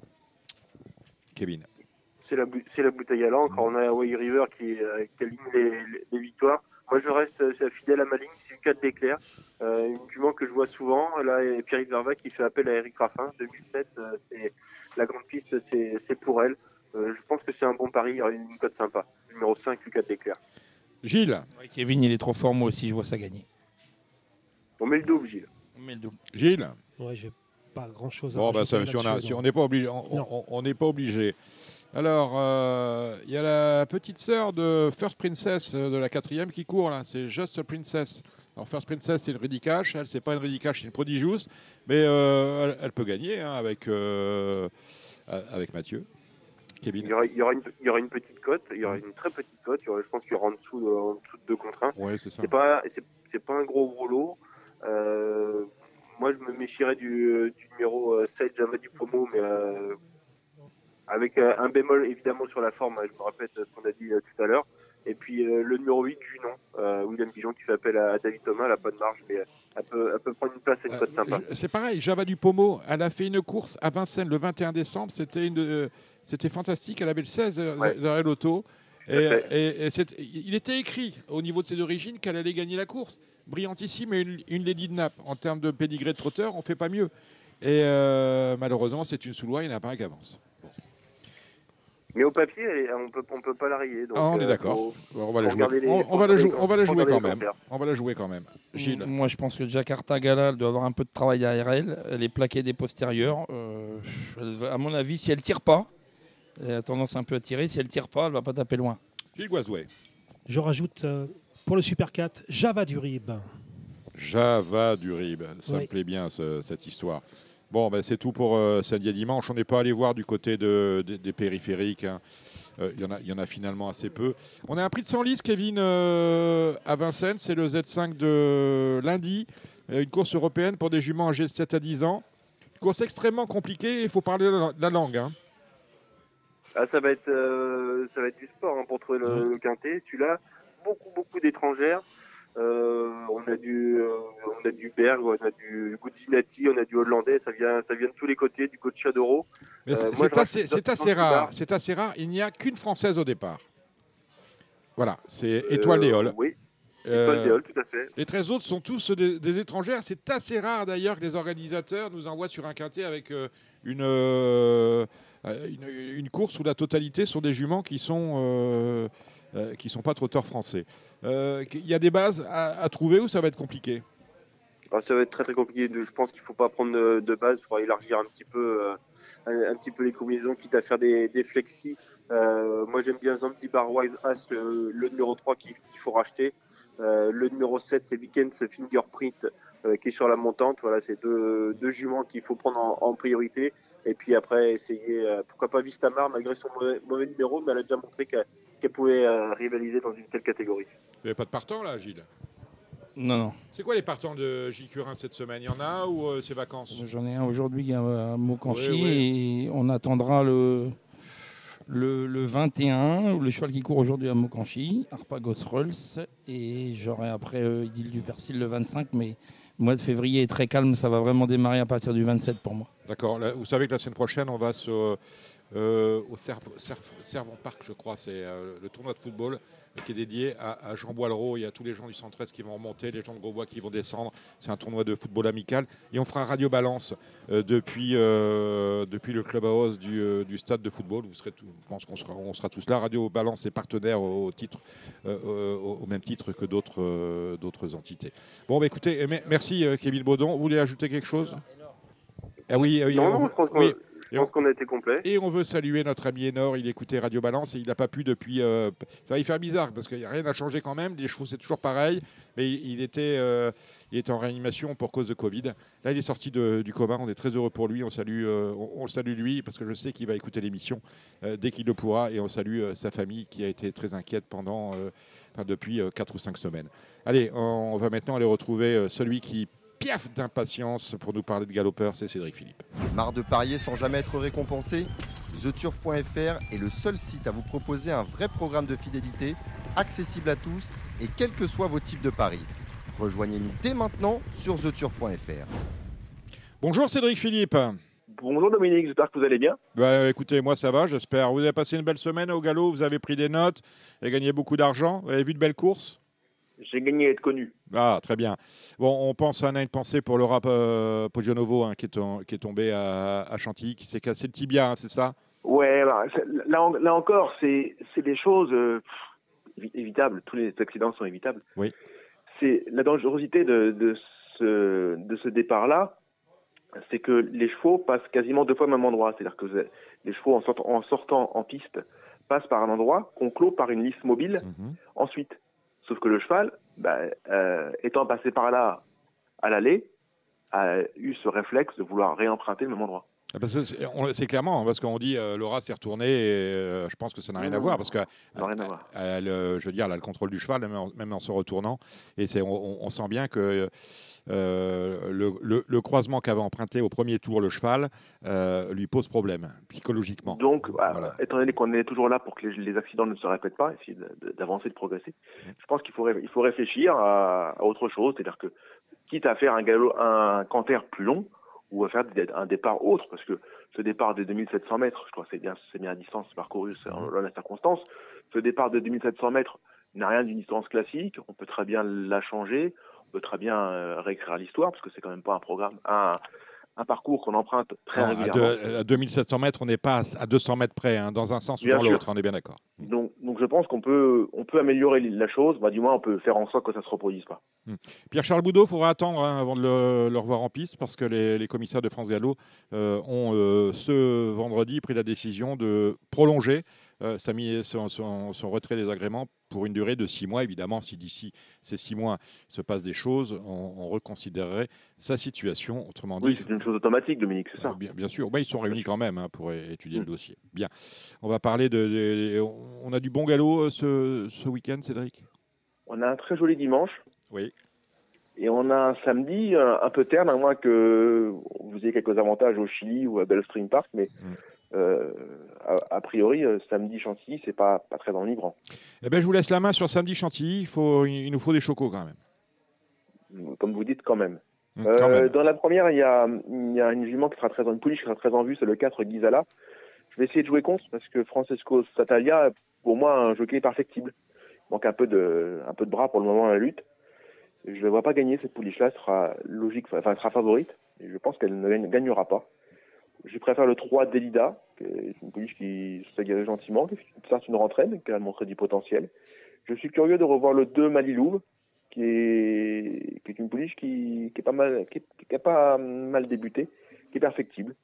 Kevin. C'est la bouteille à l'encre. On a Hawaii River qui aligne les victoires. Moi, je reste fidèle à ma ligne. C'est une 4 d'éclair. Une jument que je vois souvent. Là, et Pierre-Yves Verva qui fait appel à Eric Raffin. 2007, c'est la grande piste, c'est pour elle. Je pense que c'est un bon pari. Il y aura une cote sympa. Numéro 5, U4 d'éclair. Gilles. Ouais, Kevin, il est trop fort. Moi aussi, je vois ça gagner. On met le double, Gilles. Gilles. Ouais, j'ai pas grand-chose à on n'est pas obligé. On n'est pas obligé. Alors, il y a la petite sœur de First Princess de la 4e qui court là, c'est Just Princess. Alors First Princess, c'est une Rudicash, elle c'est pas une Rudicash, c'est une Prodigious, mais elle peut gagner avec Mathieu. Kevin. Il y aura une petite cote, il y aura une très petite cote, je pense qu'il y aura en dessous de 2 contre 1. Ouais, c'est ça. C'est pas un gros lot. Moi, je me méfierais du numéro 7, Jamadou Pomo, mais avec un bémol évidemment sur la forme, je me répète ce qu'on a dit tout à l'heure. Et puis le numéro 8, Junon, William Pigeon, qui fait appel à David Thomas, elle n'a pas de marge, mais elle peut prendre une place à une cote sympa. C'est pareil, Java Dupomo, elle a fait une course à Vincennes le 21 décembre, c'était fantastique, elle avait le 16 derrière l'auto. Il était écrit au niveau de ses origines qu'elle allait gagner la course. Brillantissime et une Lady de Naples. En termes de pédigré de trotteur, on ne fait pas mieux. Et malheureusement, c'est une sous-loi, il n'y en a pas un qui avance. Mais au papier, on peut pas la rayer. Donc, on est d'accord. On va la jouer quand même. On va la jouer quand même. Gilles. Moi, je pense que Jakarta Gala elle doit avoir un peu de travail derrière elle. Elle est plaquée des postérieurs. À mon avis, si elle tire pas, elle a tendance un peu à tirer. Si elle tire pas, elle va pas taper loin. Gilles Goizouet. Je rajoute pour le Super 4, Java du Rib. Java du Rib. Ça me plaît bien cette histoire. Bon, c'est tout pour samedi et dimanche. On n'est pas allé voir du côté des périphériques. Hein. Il y en a finalement assez peu. On a un prix de 100 litres, Kevin, à Vincennes. C'est le Z5 de lundi. Une course européenne pour des juments âgés de 7 à 10 ans. Une course extrêmement compliquée. Il faut parler la langue. Hein. Ah, ça va être du sport pour trouver le quintet. Celui-là, beaucoup d'étrangères. On a du Berg, on a du Guzzinati, on a du Hollandais, ça vient de tous les côtés, du coach Chadoro. C'est assez rare. C'est assez rare. Il n'y a qu'une Française au départ. Voilà, c'est Étoile Déol. Oui, Étoile Déol, tout à fait. Les 13 autres sont tous des étrangères. C'est assez rare d'ailleurs que les organisateurs nous envoient sur un quintet avec une course où la totalité sont des juments qui sont pas trotteurs français. Il y a des bases à trouver ou ça va être compliqué? Ça va être très très compliqué. Je pense qu'il ne faut pas prendre de base. Il faudra élargir un petit peu les combinaisons, quitte à faire des flexis. Moi j'aime bien Zanzibar Wise As, le numéro 3 qu'il faut racheter. Le numéro 7, c'est Weekend's Fingerprint qui est sur la montante. Voilà, c'est deux juments qu'il faut prendre en priorité. Et puis après, essayer, pourquoi pas Vistamar, malgré son mauvais numéro, mais elle a déjà montré qu'elle pouvait rivaliser dans une telle catégorie. Il n'y avait pas de partant là, Gilles? Non. C'est quoi les partants de Gilles Curin cette semaine? Il y en a ou c'est vacances? J'en ai un aujourd'hui à Maucanchi et on attendra le 21, le cheval qui court aujourd'hui à Maucanchi, Harpagos Rolls, et j'aurai après Idylle du Persil le 25, mais le mois de février est très calme, ça va vraiment démarrer à partir du 27 pour moi. D'accord, vous savez que la semaine prochaine, on va au Servon Park, je crois, c'est le tournoi de football qui est dédié à Jean Boileau. Il y a tous les gens du Centre-Est qui vont remonter, les gens de Grosbois qui vont descendre. C'est un tournoi de football amical. Et on fera Radio Balance depuis le clubhouse du stade de football. Je pense qu'on sera tous là. Radio Balance est partenaire au même titre que d'autres entités. Bon, écoutez, merci Kevin Baudon. Vous voulez ajouter quelque chose? Oui, non, je pense qu'on a été complet. Et on veut saluer notre ami Enor, il écoutait Radio Balance et il n'a pas pu depuis... ça va y faire bizarre parce qu'il n'y a rien à changer quand même, les chevaux c'est toujours pareil, mais il était en réanimation pour cause de Covid. Là il est sorti du coma, on est très heureux pour lui, on le salue lui parce que je sais qu'il va écouter l'émission dès qu'il le pourra et on salue sa famille qui a été très inquiète depuis 4 ou 5 semaines. Allez, on va maintenant aller retrouver celui qui piaffe d'impatience pour nous parler de galopeurs, c'est Cédric Philippe. Marre de parier sans jamais être récompensé? TheTurf.fr est le seul site à vous proposer un vrai programme de fidélité, accessible à tous et quels que soient vos types de paris. Rejoignez-nous dès maintenant sur TheTurf.fr. Bonjour Cédric Philippe. Bonjour Dominique, j'espère que vous allez bien. Écoutez, moi ça va, j'espère. Vous avez passé une belle semaine au galop, vous avez pris des notes, vous avez gagné beaucoup d'argent, vous avez vu de belles courses? J'ai gagné à être connu. Ah, très bien. Bon, on a une pensée pour le rap Pogionovo qui est tombé à Chantilly, qui s'est cassé le tibia, c'est ça? Ouais, là encore, c'est des choses évitables. Tous les accidents sont évitables. Oui. C'est la dangerosité de ce départ-là, c'est que les chevaux passent quasiment 2 fois au même endroit. C'est-à-dire que les chevaux, en sortant en piste, passent par un endroit qu'on clôt par une lisse mobile ensuite. Sauf que le cheval, étant passé par là à l'aller, a eu ce réflexe de vouloir réemprunter le même endroit. Parce que c'est clairement, parce qu'on dit Laura s'est retournée, et je pense que ça n'a rien à voir, parce que je veux dire, elle a le contrôle du cheval, même en se retournant, et on sent bien que le croisement qu'avait emprunté au premier tour le cheval lui pose problème psychologiquement. Donc, voilà. Étant donné qu'on est toujours là pour que les accidents ne se répètent pas, essayer d'avancer, de progresser, je pense qu'il faut réfléchir à autre chose, c'est-à-dire que quitte à faire un canter plus long, ou à faire un départ autre, parce que ce départ de 2700 mètres, je crois que c'est bien la distance parcourue dans la circonstance, ce départ de 2700 mètres n'a rien d'une distance classique, on peut très bien la changer, on peut très bien réécrire l'histoire, parce que c'est quand même pas un parcours qu'on emprunte très régulièrement. À 2700 mètres, on n'est pas à 200 mètres près, hein, dans un sens ou dans l'autre, on est bien d'accord. Donc je pense qu'on peut améliorer la chose, du moins on peut faire en sorte que ça ne se reproduise pas. Pierre-Charles Boudot, il faudra attendre avant de le revoir en piste, parce que les commissaires de France Gallo ont ce vendredi pris la décision de prolonger son retrait des agréments pour une durée de 6 mois. Évidemment, si d'ici ces 6 mois se passent des choses, on reconsidérerait sa situation. Autrement dit, c'est une chose automatique, Dominique, c'est ça. Bien sûr. Ils sont réunis quand même pour étudier le dossier. Bien. On va parler on a du bon galop ce week-end, Cédric? On a un très joli dimanche. Oui. Et on a un samedi un peu terne, à moins que vous ayez quelques avantages au Chili ou à Bellstream Park, mais a priori, samedi Chantilly, c'est pas très enivrant. Eh ben, je vous laisse la main sur samedi Chantilly. Il nous faut des chocos quand même. Comme vous dites, quand même. Quand même. Dans la première, il y a une jument une pouliche qui sera très en vue, c'est le 4 Ghisala. Je vais essayer de jouer contre parce que Francesco Satalia, pour moi, un jockey perfectible. Il manque un peu de bras pour le moment à la lutte. Je ne la vois pas gagner, cette pouliche-là sera sera favorite. Et je pense qu'elle ne gagnera pas. Je préfère le 3 Delida, qui est une pouliche qui s'aguerrit gentiment, qui est une rentraine, qui a montré du potentiel. Je suis curieux de revoir le 2 Malilouve, qui est une pouliche qui a pas mal débuté, qui est perfectible.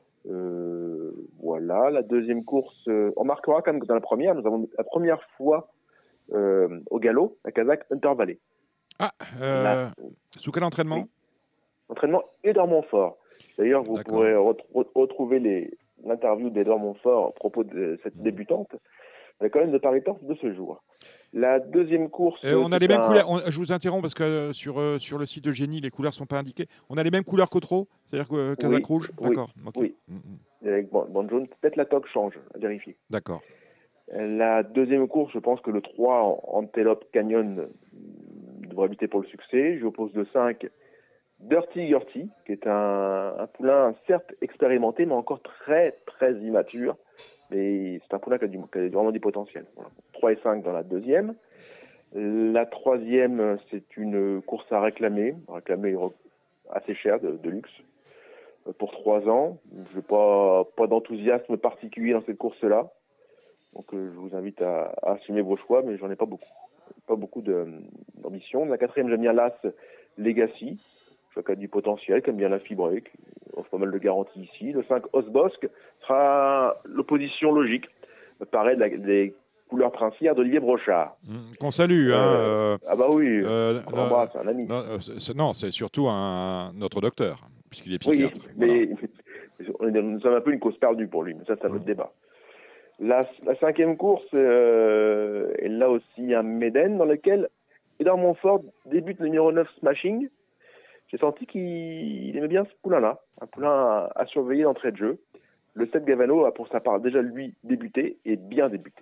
Voilà, la deuxième course, on marquera comme dans la première, nous avons la première fois au galop, la Kazakh Hunter Valley. Sous quel entraînement? Oui. Entraînement Édouard Montfort. D'ailleurs, vous pourrez retrouver l'interview d'Édouard Montfort à propos de cette débutante, la colonne de Paris Torse de ce jour. La deuxième course... on a les mêmes couleurs. Je vous interromps parce que sur le site de Génie, les couleurs ne sont pas indiquées. On a les mêmes couleurs qu'au trot? C'est-à-dire que Kazakh rouge? D'accord. Oui. Avec bande jaune, peut-être la toque change, à vérifier. D'accord. La deuxième course, je pense que le 3 Antelope Canyon devrait lutter pour le succès. Je oppose le 5 Dirty Gertie, qui est un poulain certes expérimenté, mais encore très très immature. Mais c'est un poulain qui a vraiment du potentiel. Voilà. 3 et 5 dans la deuxième. La troisième, c'est une course à réclamer assez cher, de luxe, pour 3 ans. Je n'ai pas d'enthousiasme particulier dans cette course-là. Donc je vous invite à assumer vos choix, mais j'en ai pas beaucoup. Pas beaucoup d'ambition. La quatrième, j'aime bien l'As Legacy. Je vois qu'il a du potentiel, qui aime bien la fibrée, qui offre pas mal de garanties ici. Le 5, Osbosque, sera l'opposition logique. Me paraît des couleurs princières d'Olivier Brochard. Qu'on salue. Ah bah oui, on l'embrasse, un ami. Non, c'est surtout notre docteur, puisqu'il est psychiatre. Oui, mais nous sommes un peu une cause perdue pour lui, mais ça vaut le débat. La cinquième course est là aussi un Méden dans lequel Édouard Montfort débute le numéro 9 Smashing. J'ai senti qu'il aimait bien ce poulain-là, un poulain à surveiller d'entrée de jeu. Le 7 Gavano a pour sa part déjà lui débuté et bien débuté.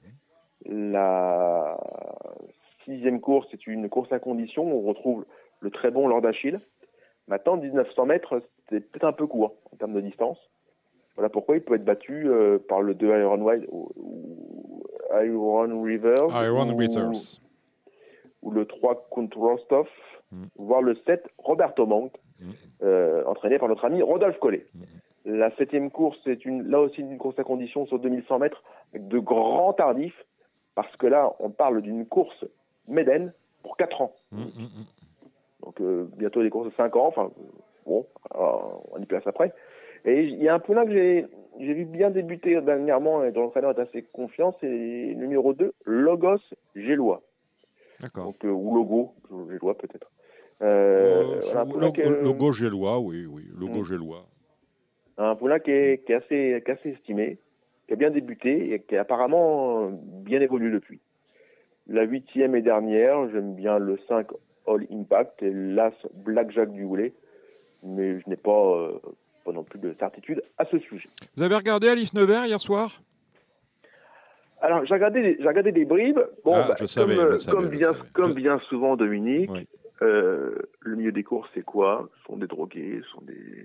La sixième course, c'est une course à condition où on retrouve le très bon Lord Achille. Maintenant, 1900 mètres, c'est peut-être un peu court en termes de distance. Voilà pourquoi il peut être battu par le 2 Iron Rivers ou le 3 Count Rostov, voire le 7 Roberto Monk, entraîné par notre ami Rodolphe Collet. La septième course, c'est là aussi une course à condition sur 2100 mètres avec de grands tardifs, parce que là, on parle d'une course Méden pour 4 ans. Donc bientôt des courses de 5 ans, on y place après. Et il y a un poulain que j'ai vu bien débuter dernièrement et dont l'entraîneur est assez confiant, c'est le numéro 2, Logos Gélois. D'accord. Donc, ou Logo Gélois peut-être. Logo Gélois, oui, Logo Gélois. Un poulain qui est assez estimé, qui a bien débuté et qui a apparemment bien évolué depuis. La 8e et dernière, j'aime bien le 5 All Impact et l'As Blackjack du Goulet, mais je n'ai pas non plus de certitude à ce sujet. Vous avez regardé Alice Nevers hier soir? Alors, j'ai regardé des bribes. Bon, comme bien souvent, Dominique, oui. Le milieu des courses, c'est quoi? Ce sont des drogués, ce sont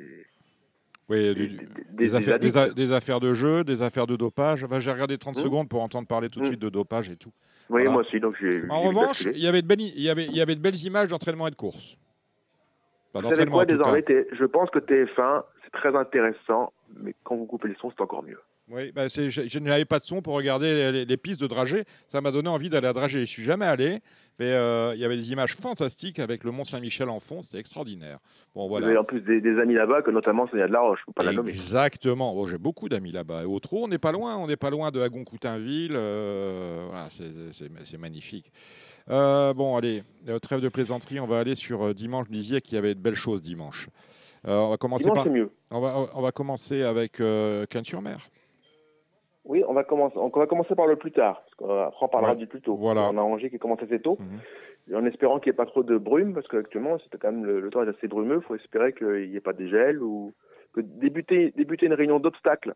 des affaires de jeu, des affaires de dopage. Enfin, j'ai regardé 30 secondes pour entendre parler tout de suite de dopage et tout. Oui, voilà. Moi aussi. Donc en revanche, il y avait de belles images d'entraînement et de course. Vous savez quoi, désormais, je pense que TF1, c'est très intéressant, mais quand vous coupez le son, c'est encore mieux. Oui, je n'avais pas de son pour regarder les pistes de dragée. Ça m'a donné envie d'aller à dragée. Je ne suis jamais allé, mais il y avait des images fantastiques avec le Mont-Saint-Michel en fond. C'était extraordinaire. Bon, voilà. Vous avez en plus des amis là-bas, que notamment Sonia de la Roche, faut pas la nommer. Exactement. Bon, j'ai beaucoup d'amis là-bas. Au Trot, on n'est pas loin. On n'est pas loin de Agon-Coutainville. Voilà, c'est magnifique. Bon, allez, trêve de plaisanterie. On va aller sur dimanche. Vous disiez qu'il y avait de belles choses dimanche. On va commencer dimanche, c'est mieux. On va commencer avec Cannes-sur-Mer. Oui, on va commencer par le plus tard, parce qu'après on parlera du plus tôt. Voilà. On a Angers qui commence assez tôt, en espérant qu'il n'y ait pas trop de brume, parce qu'actuellement, c'était quand même le temps est assez brumeux. Il faut espérer qu'il n'y ait pas de gel ou que débuter une réunion d'obstacles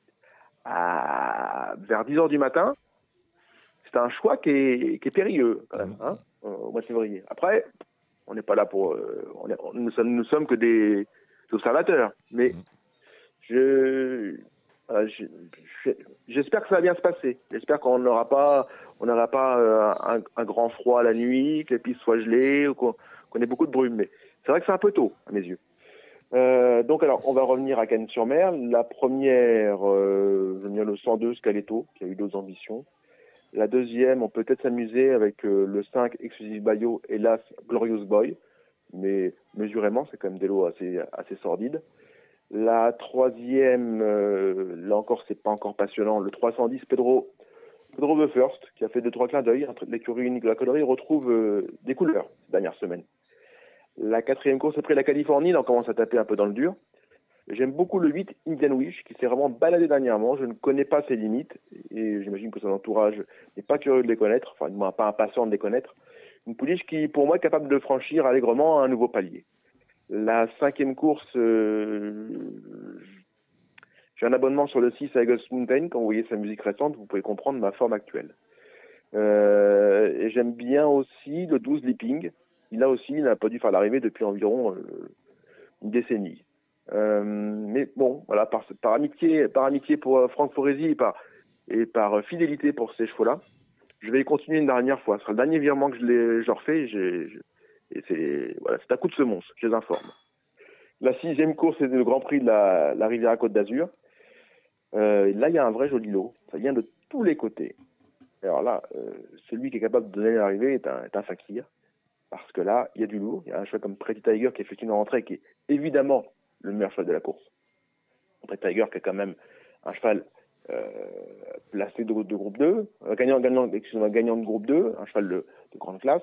vers 10h du matin, c'est un choix qui est périlleux quand même, au mois de février. Après, on n'est pas là pour, nous sommes que des observateurs, mais j'espère que ça va bien se passer. J'espère qu'on n'aura pas un grand froid la nuit, que les pistes soient gelées, ou qu'on ait beaucoup de brume. Mais c'est vrai que c'est un peu tôt, à mes yeux. Donc, alors, on va revenir à Cannes-sur-Mer. La première, je viens le 102 Scaletto, qui a eu d'autres ambitions. La deuxième, on peut peut-être s'amuser avec le 5 Exclusive Bayo et l'As Glorious Boy. Mais mesurément, c'est quand même des lots assez sordides. La troisième, là encore, c'est pas encore passionnant. Le 310 Pedro the First, qui a fait 2-3 clins d'œil. L'écurie unique de la connerie retrouve des couleurs ces dernières semaines. La quatrième course, après la Californie, là, on commence à taper un peu dans le dur. J'aime beaucoup le 8 Indian Wish, qui s'est vraiment baladé dernièrement. Je ne connais pas ses limites, et j'imagine que son entourage n'est pas curieux de les connaître, enfin, du moins pas impatient de les connaître. Une pouliche qui, pour moi, est capable de franchir allègrement un nouveau palier. La cinquième course, j'ai un abonnement sur le 6 August Mountain. Quand vous voyez sa musique récente, vous pouvez comprendre ma forme actuelle. Et j'aime bien aussi le 12 Leaping. Là aussi, il n'a pas dû faire l'arrivée depuis environ une décennie. Mais bon, voilà, par amitié pour Franck Foresi et par fidélité pour ces chevaux-là, je vais continuer une dernière fois. Ce sera le dernier virement que je leur fais. Et c'est un coup de semonce, je les informe. La sixième course, c'est le Grand Prix de la Riviera Côte d'Azur. Là, il y a un vrai joli lot. Ça vient de tous les côtés. Alors là, celui qui est capable de donner l'arrivée est un fakir. Parce que là, il y a du lourd. Il y a un cheval comme Pretty Tiger qui effectue une rentrée qui est évidemment le meilleur cheval de la course. Pretty Tiger qui est quand même un cheval placé de groupe 2, gagnant de groupe 2, un cheval de grande classe.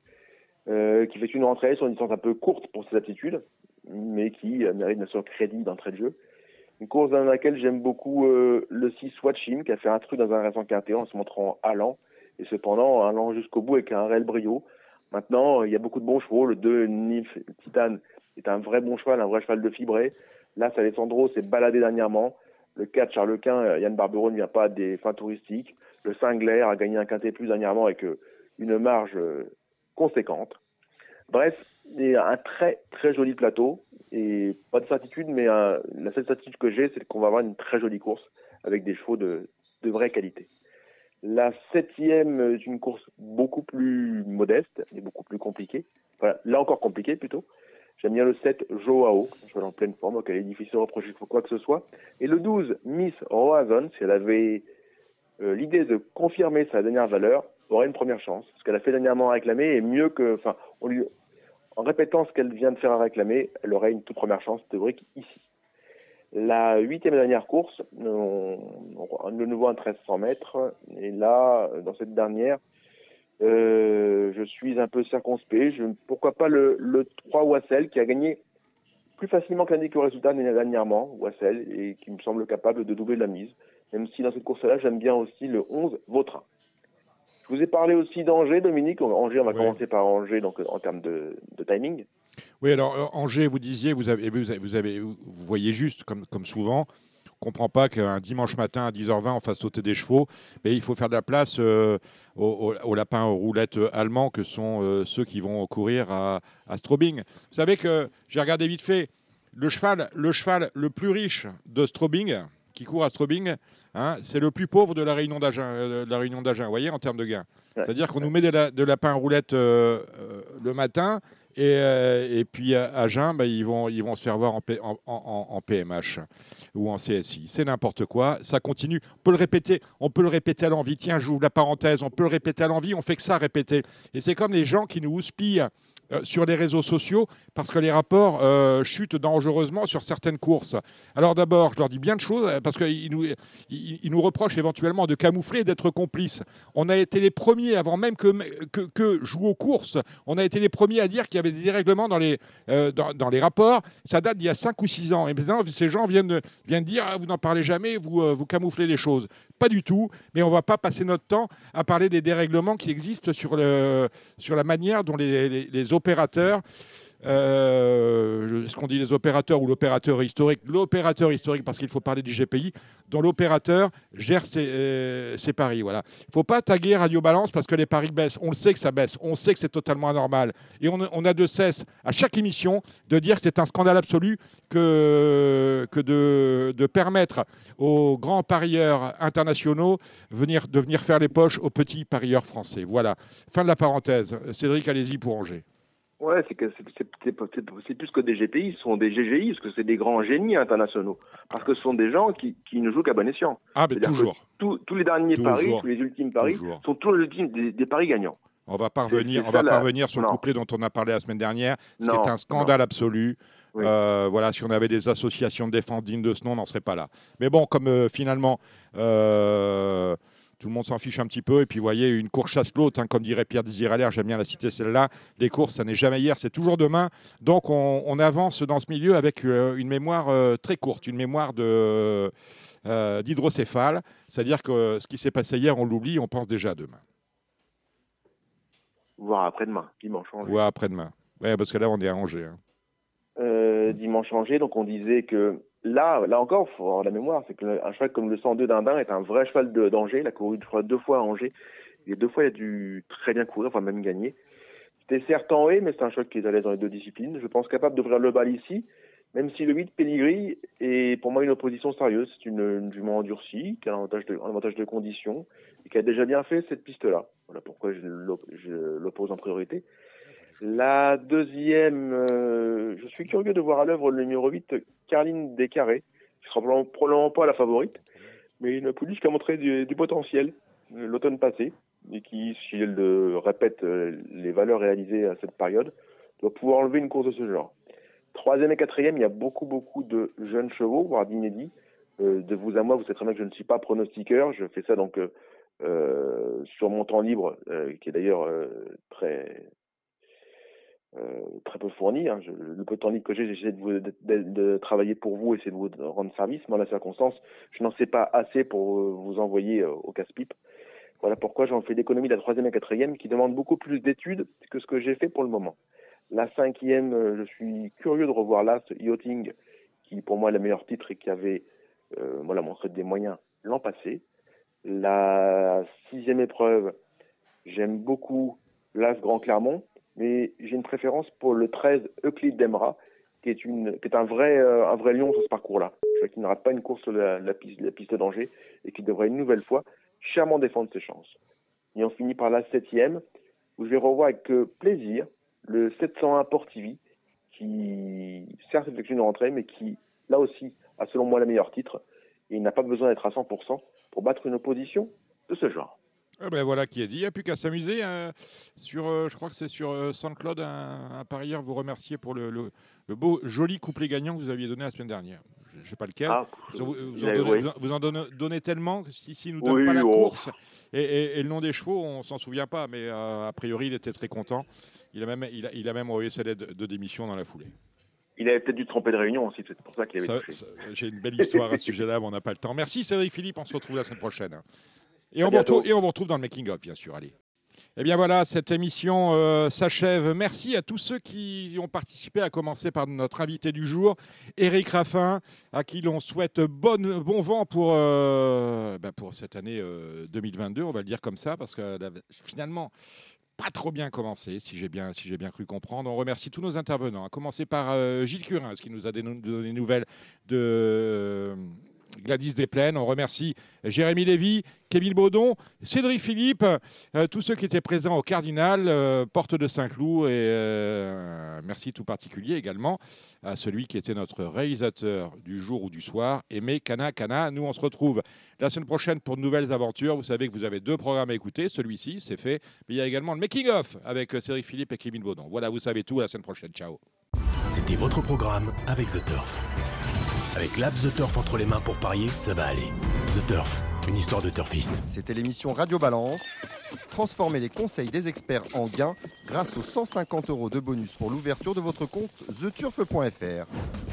Qui fait une rentrée sur une distance un peu courte pour ses aptitudes, mais qui mérite bien sûr crédit d'entrée de jeu. Une course dans laquelle j'aime beaucoup le 6 Watchim, qui a fait un truc dans un récent quintet en se montrant allant, et cependant allant jusqu'au bout avec un réel brio. Maintenant, il y a beaucoup de bons chevaux. Le 2 Nif Titan est un vrai bon cheval, un vrai cheval de fibré. Là, Alessandro s'est baladé dernièrement. Le 4 Charles-Quint, Yann Barbero ne vient pas des fins touristiques. Le 5 Glaire a gagné un quintet plus dernièrement avec une marge conséquente. Bref, un très très joli plateau et pas de certitude, mais la seule certitude que j'ai, c'est qu'on va avoir une très jolie course avec des chevaux de vraie qualité. La septième est une course beaucoup plus modeste et beaucoup plus compliquée. Enfin, là encore compliquée plutôt. J'aime bien le 7 Joao, un cheval en pleine forme, auquel il est difficile de reprocher quoi que ce soit. Et le 12 Miss Roazhon, si elle avait l'idée de confirmer sa dernière valeur, aurait une première chance. Ce qu'elle a fait dernièrement à réclamer est mieux que... Enfin, en répétant ce qu'elle vient de faire à réclamer, elle aurait une toute première chance théorique ici. La huitième et dernière course, de nouveau un 1300 mètres. Et là, dans cette dernière, je suis un peu circonspect. Pourquoi pas le 3 Wassel qui a gagné plus facilement qu'un au résultat dernièrement, Wassel, et qui me semble capable de doubler la mise. Même si dans cette course-là, j'aime bien aussi le 11, Vautrin. Je vous ai parlé aussi d'Angers, Dominique. Angers, on va commencer par Angers, donc en termes de timing. Oui, alors Angers, vous disiez, vous voyez juste, comme souvent, on ne comprend pas qu'un dimanche matin à 10h20, on fasse sauter des chevaux, mais il faut faire de la place aux lapins aux roulettes allemands que sont ceux qui vont courir à Straubing. Vous savez que, j'ai regardé vite fait, le cheval le plus riche de Straubing, qui court à Straubing, hein, c'est le plus pauvre de la Réunion d'Agen, vous voyez, en termes de gains. Ouais. C'est-à-dire qu'on nous met de lapins à roulettes le matin, et puis à Agen, ils vont se faire voir en PMH ou en CSI. C'est n'importe quoi, ça continue. On peut le répéter à l'envie. Tiens, j'ouvre la parenthèse, on peut le répéter à l'envie, on fait que ça répéter. Et c'est comme les gens qui nous houspillent sur les réseaux sociaux parce que les rapports chutent dangereusement sur certaines courses. Alors d'abord, je leur dis bien de choses parce qu'ils nous reprochent éventuellement de camoufler et d'être complices. On a été les premiers, avant même que jouent aux courses, on a été les premiers à dire qu'il y avait des dérèglements dans les rapports. Ça date d'il y a 5 ou 6 ans. Et maintenant, ces gens viennent dire ah, vous n'en parlez jamais, vous camouflez les choses. Pas du tout, mais on ne va pas passer notre temps à parler des dérèglements qui existent sur la manière dont les opérateurs, ce qu'on dit les opérateurs ou l'opérateur historique parce qu'il faut parler du GPI, dont l'opérateur gère ses paris. Voilà. Il ne faut pas taguer Radio Balance parce que les paris baissent. On le sait que ça baisse, on sait que c'est totalement anormal. Et on a de cesse, à chaque émission, de dire que c'est un scandale absolu que de permettre aux grands parieurs internationaux de venir faire les poches aux petits parieurs français. Voilà. Fin de la parenthèse. Cédric, allez-y pour Angers. Ouais, c'est plus que des GPI, ce sont des GGI, parce que c'est des grands génies internationaux. Parce que ce sont des gens qui ne jouent qu'à bon escient. Ah, mais toujours. Tous les derniers paris, tous les ultimes paris, sont tous les ultimes des paris gagnants. On va parvenir sur le couplet dont on a parlé la semaine dernière, ce qui est un scandale absolu. Oui. Voilà, si on avait des associations de défense dignes de ce nom, on n'en serait pas là. Mais bon, comme finalement... tout le monde s'en fiche un petit peu. Et puis, vous voyez, une course chasse-l'autre, comme dirait Pierre Désiralaire, j'aime bien la citer celle-là. Les courses, ça n'est jamais hier, c'est toujours demain. Donc, on avance dans ce milieu avec une mémoire très courte, une mémoire d'hydrocéphale. C'est-à-dire que ce qui s'est passé hier, on l'oublie, on pense déjà à demain. Voire après-demain, dimanche Angers. Voire après-demain. Oui, parce que là, on est à Angers. Dimanche Angers, donc on disait que là encore, il faut avoir la mémoire, c'est qu'un cheval comme le 102 d'Indin est un vrai cheval d'Angers. Il a couru 2 fois à Angers. Et 2 fois, il a dû très bien courir, enfin même gagner. C'était certes en haie, mais c'est un cheval qui est à l'aise dans les 2 disciplines. Je pense capable d'ouvrir le bal ici, même si le 8 Péligris est pour moi une opposition sérieuse. C'est une jument endurcie, qui a un avantage de condition, et qui a déjà bien fait cette piste-là. Voilà pourquoi je l'oppose en priorité. La deuxième, je suis curieux de voir à l'œuvre le numéro 8, Carline Descarrés, qui sera probablement pas la favorite, mais une pouliche qui a montré du potentiel l'automne passé, et qui, si elle répète les valeurs réalisées à cette période, doit pouvoir enlever une course de ce genre. 3e et 4e, il y a beaucoup de jeunes chevaux, voire d'inédits. De vous à moi, vous savez très bien que je ne suis pas pronostiqueur, je fais ça donc sur mon temps libre, qui est d'ailleurs très peu fourni. Hein. Le peu de temps libre que j'ai, j'essaie de travailler pour vous, essayer de vous rendre service, mais en la circonstance, je n'en sais pas assez pour vous envoyer au casse-pipe. Voilà pourquoi j'en fais l'économie de la 3e et 4e qui demandent beaucoup plus d'études que ce que j'ai fait pour le moment. La 5e, je suis curieux de revoir l'As Yachting, qui pour moi est le meilleur titre et qui avait montré des moyens l'an passé. La 6e épreuve, j'aime beaucoup l'As Grand Clermont, mais j'ai une préférence pour le 13 Euclide d'Emra, qui est un vrai lion sur ce parcours-là. Je crois qu'il ne rate pas une course sur la piste d'Angers et qui devrait une nouvelle fois chèrement défendre ses chances. Et on finit par la 7e, où je vais revoir avec plaisir le 701 Portivy, qui certes effectue une rentrée, mais qui, là aussi, a selon moi le meilleur titre. Et il n'a pas besoin d'être à 100% pour battre une opposition de ce genre. Ah ben voilà qui est dit. Il n'y a plus qu'à s'amuser. Je crois que c'est sur SoundCloud, un parieur vous remercier pour le beau, joli couplet gagnant que vous aviez donné la semaine dernière. Je ne sais pas lequel. Vous en donnez tellement que si nous donne pas la course et le nom des chevaux, on ne s'en souvient pas. Mais a priori, il était très content. Il a même envoyé sa lettre de démission dans la foulée. il avait peut-être dû se tromper de réunion aussi, c'est pour ça qu'il avait touché. J'ai une belle histoire à ce sujet-là, mais on n'a pas le temps. Merci Cédric Philippe, on se retrouve la semaine prochaine. Et on vous retrouve dans le making-of, bien sûr. Allez. Eh bien voilà, cette émission s'achève. Merci à tous ceux qui ont participé, à commencer par notre invité du jour, Éric Raffin, à qui l'on souhaite bon vent pour cette année 2022, on va le dire comme ça, parce que finalement, pas trop bien commencé, si j'ai bien cru comprendre. On remercie tous nos intervenants, à commencer par Gilles Curin, qui nous a donné des nouvelles de Gladys Desplaines. On remercie Jérémy Lévy, Kevin Baudon, Cédric Philippe, tous ceux qui étaient présents au Cardinal, porte de Saint-Cloud, et merci tout particulier également à celui qui était notre réalisateur du jour ou du soir, Aimé Cana. Nous, on se retrouve la semaine prochaine pour de nouvelles aventures. Vous savez que vous avez 2 programmes à écouter. Celui-ci, c'est fait. Mais il y a également le making-of avec Cédric Philippe et Kevin Baudon. Voilà, vous savez tout. À la semaine prochaine. Ciao. C'était votre programme avec The Turf. Avec l'app The Turf entre les mains pour parier, ça va aller. The Turf, une histoire de turfiste. C'était l'émission Radio Balance. Transformez les conseils des experts en gains grâce aux 150 € de bonus pour l'ouverture de votre compte theturf.fr.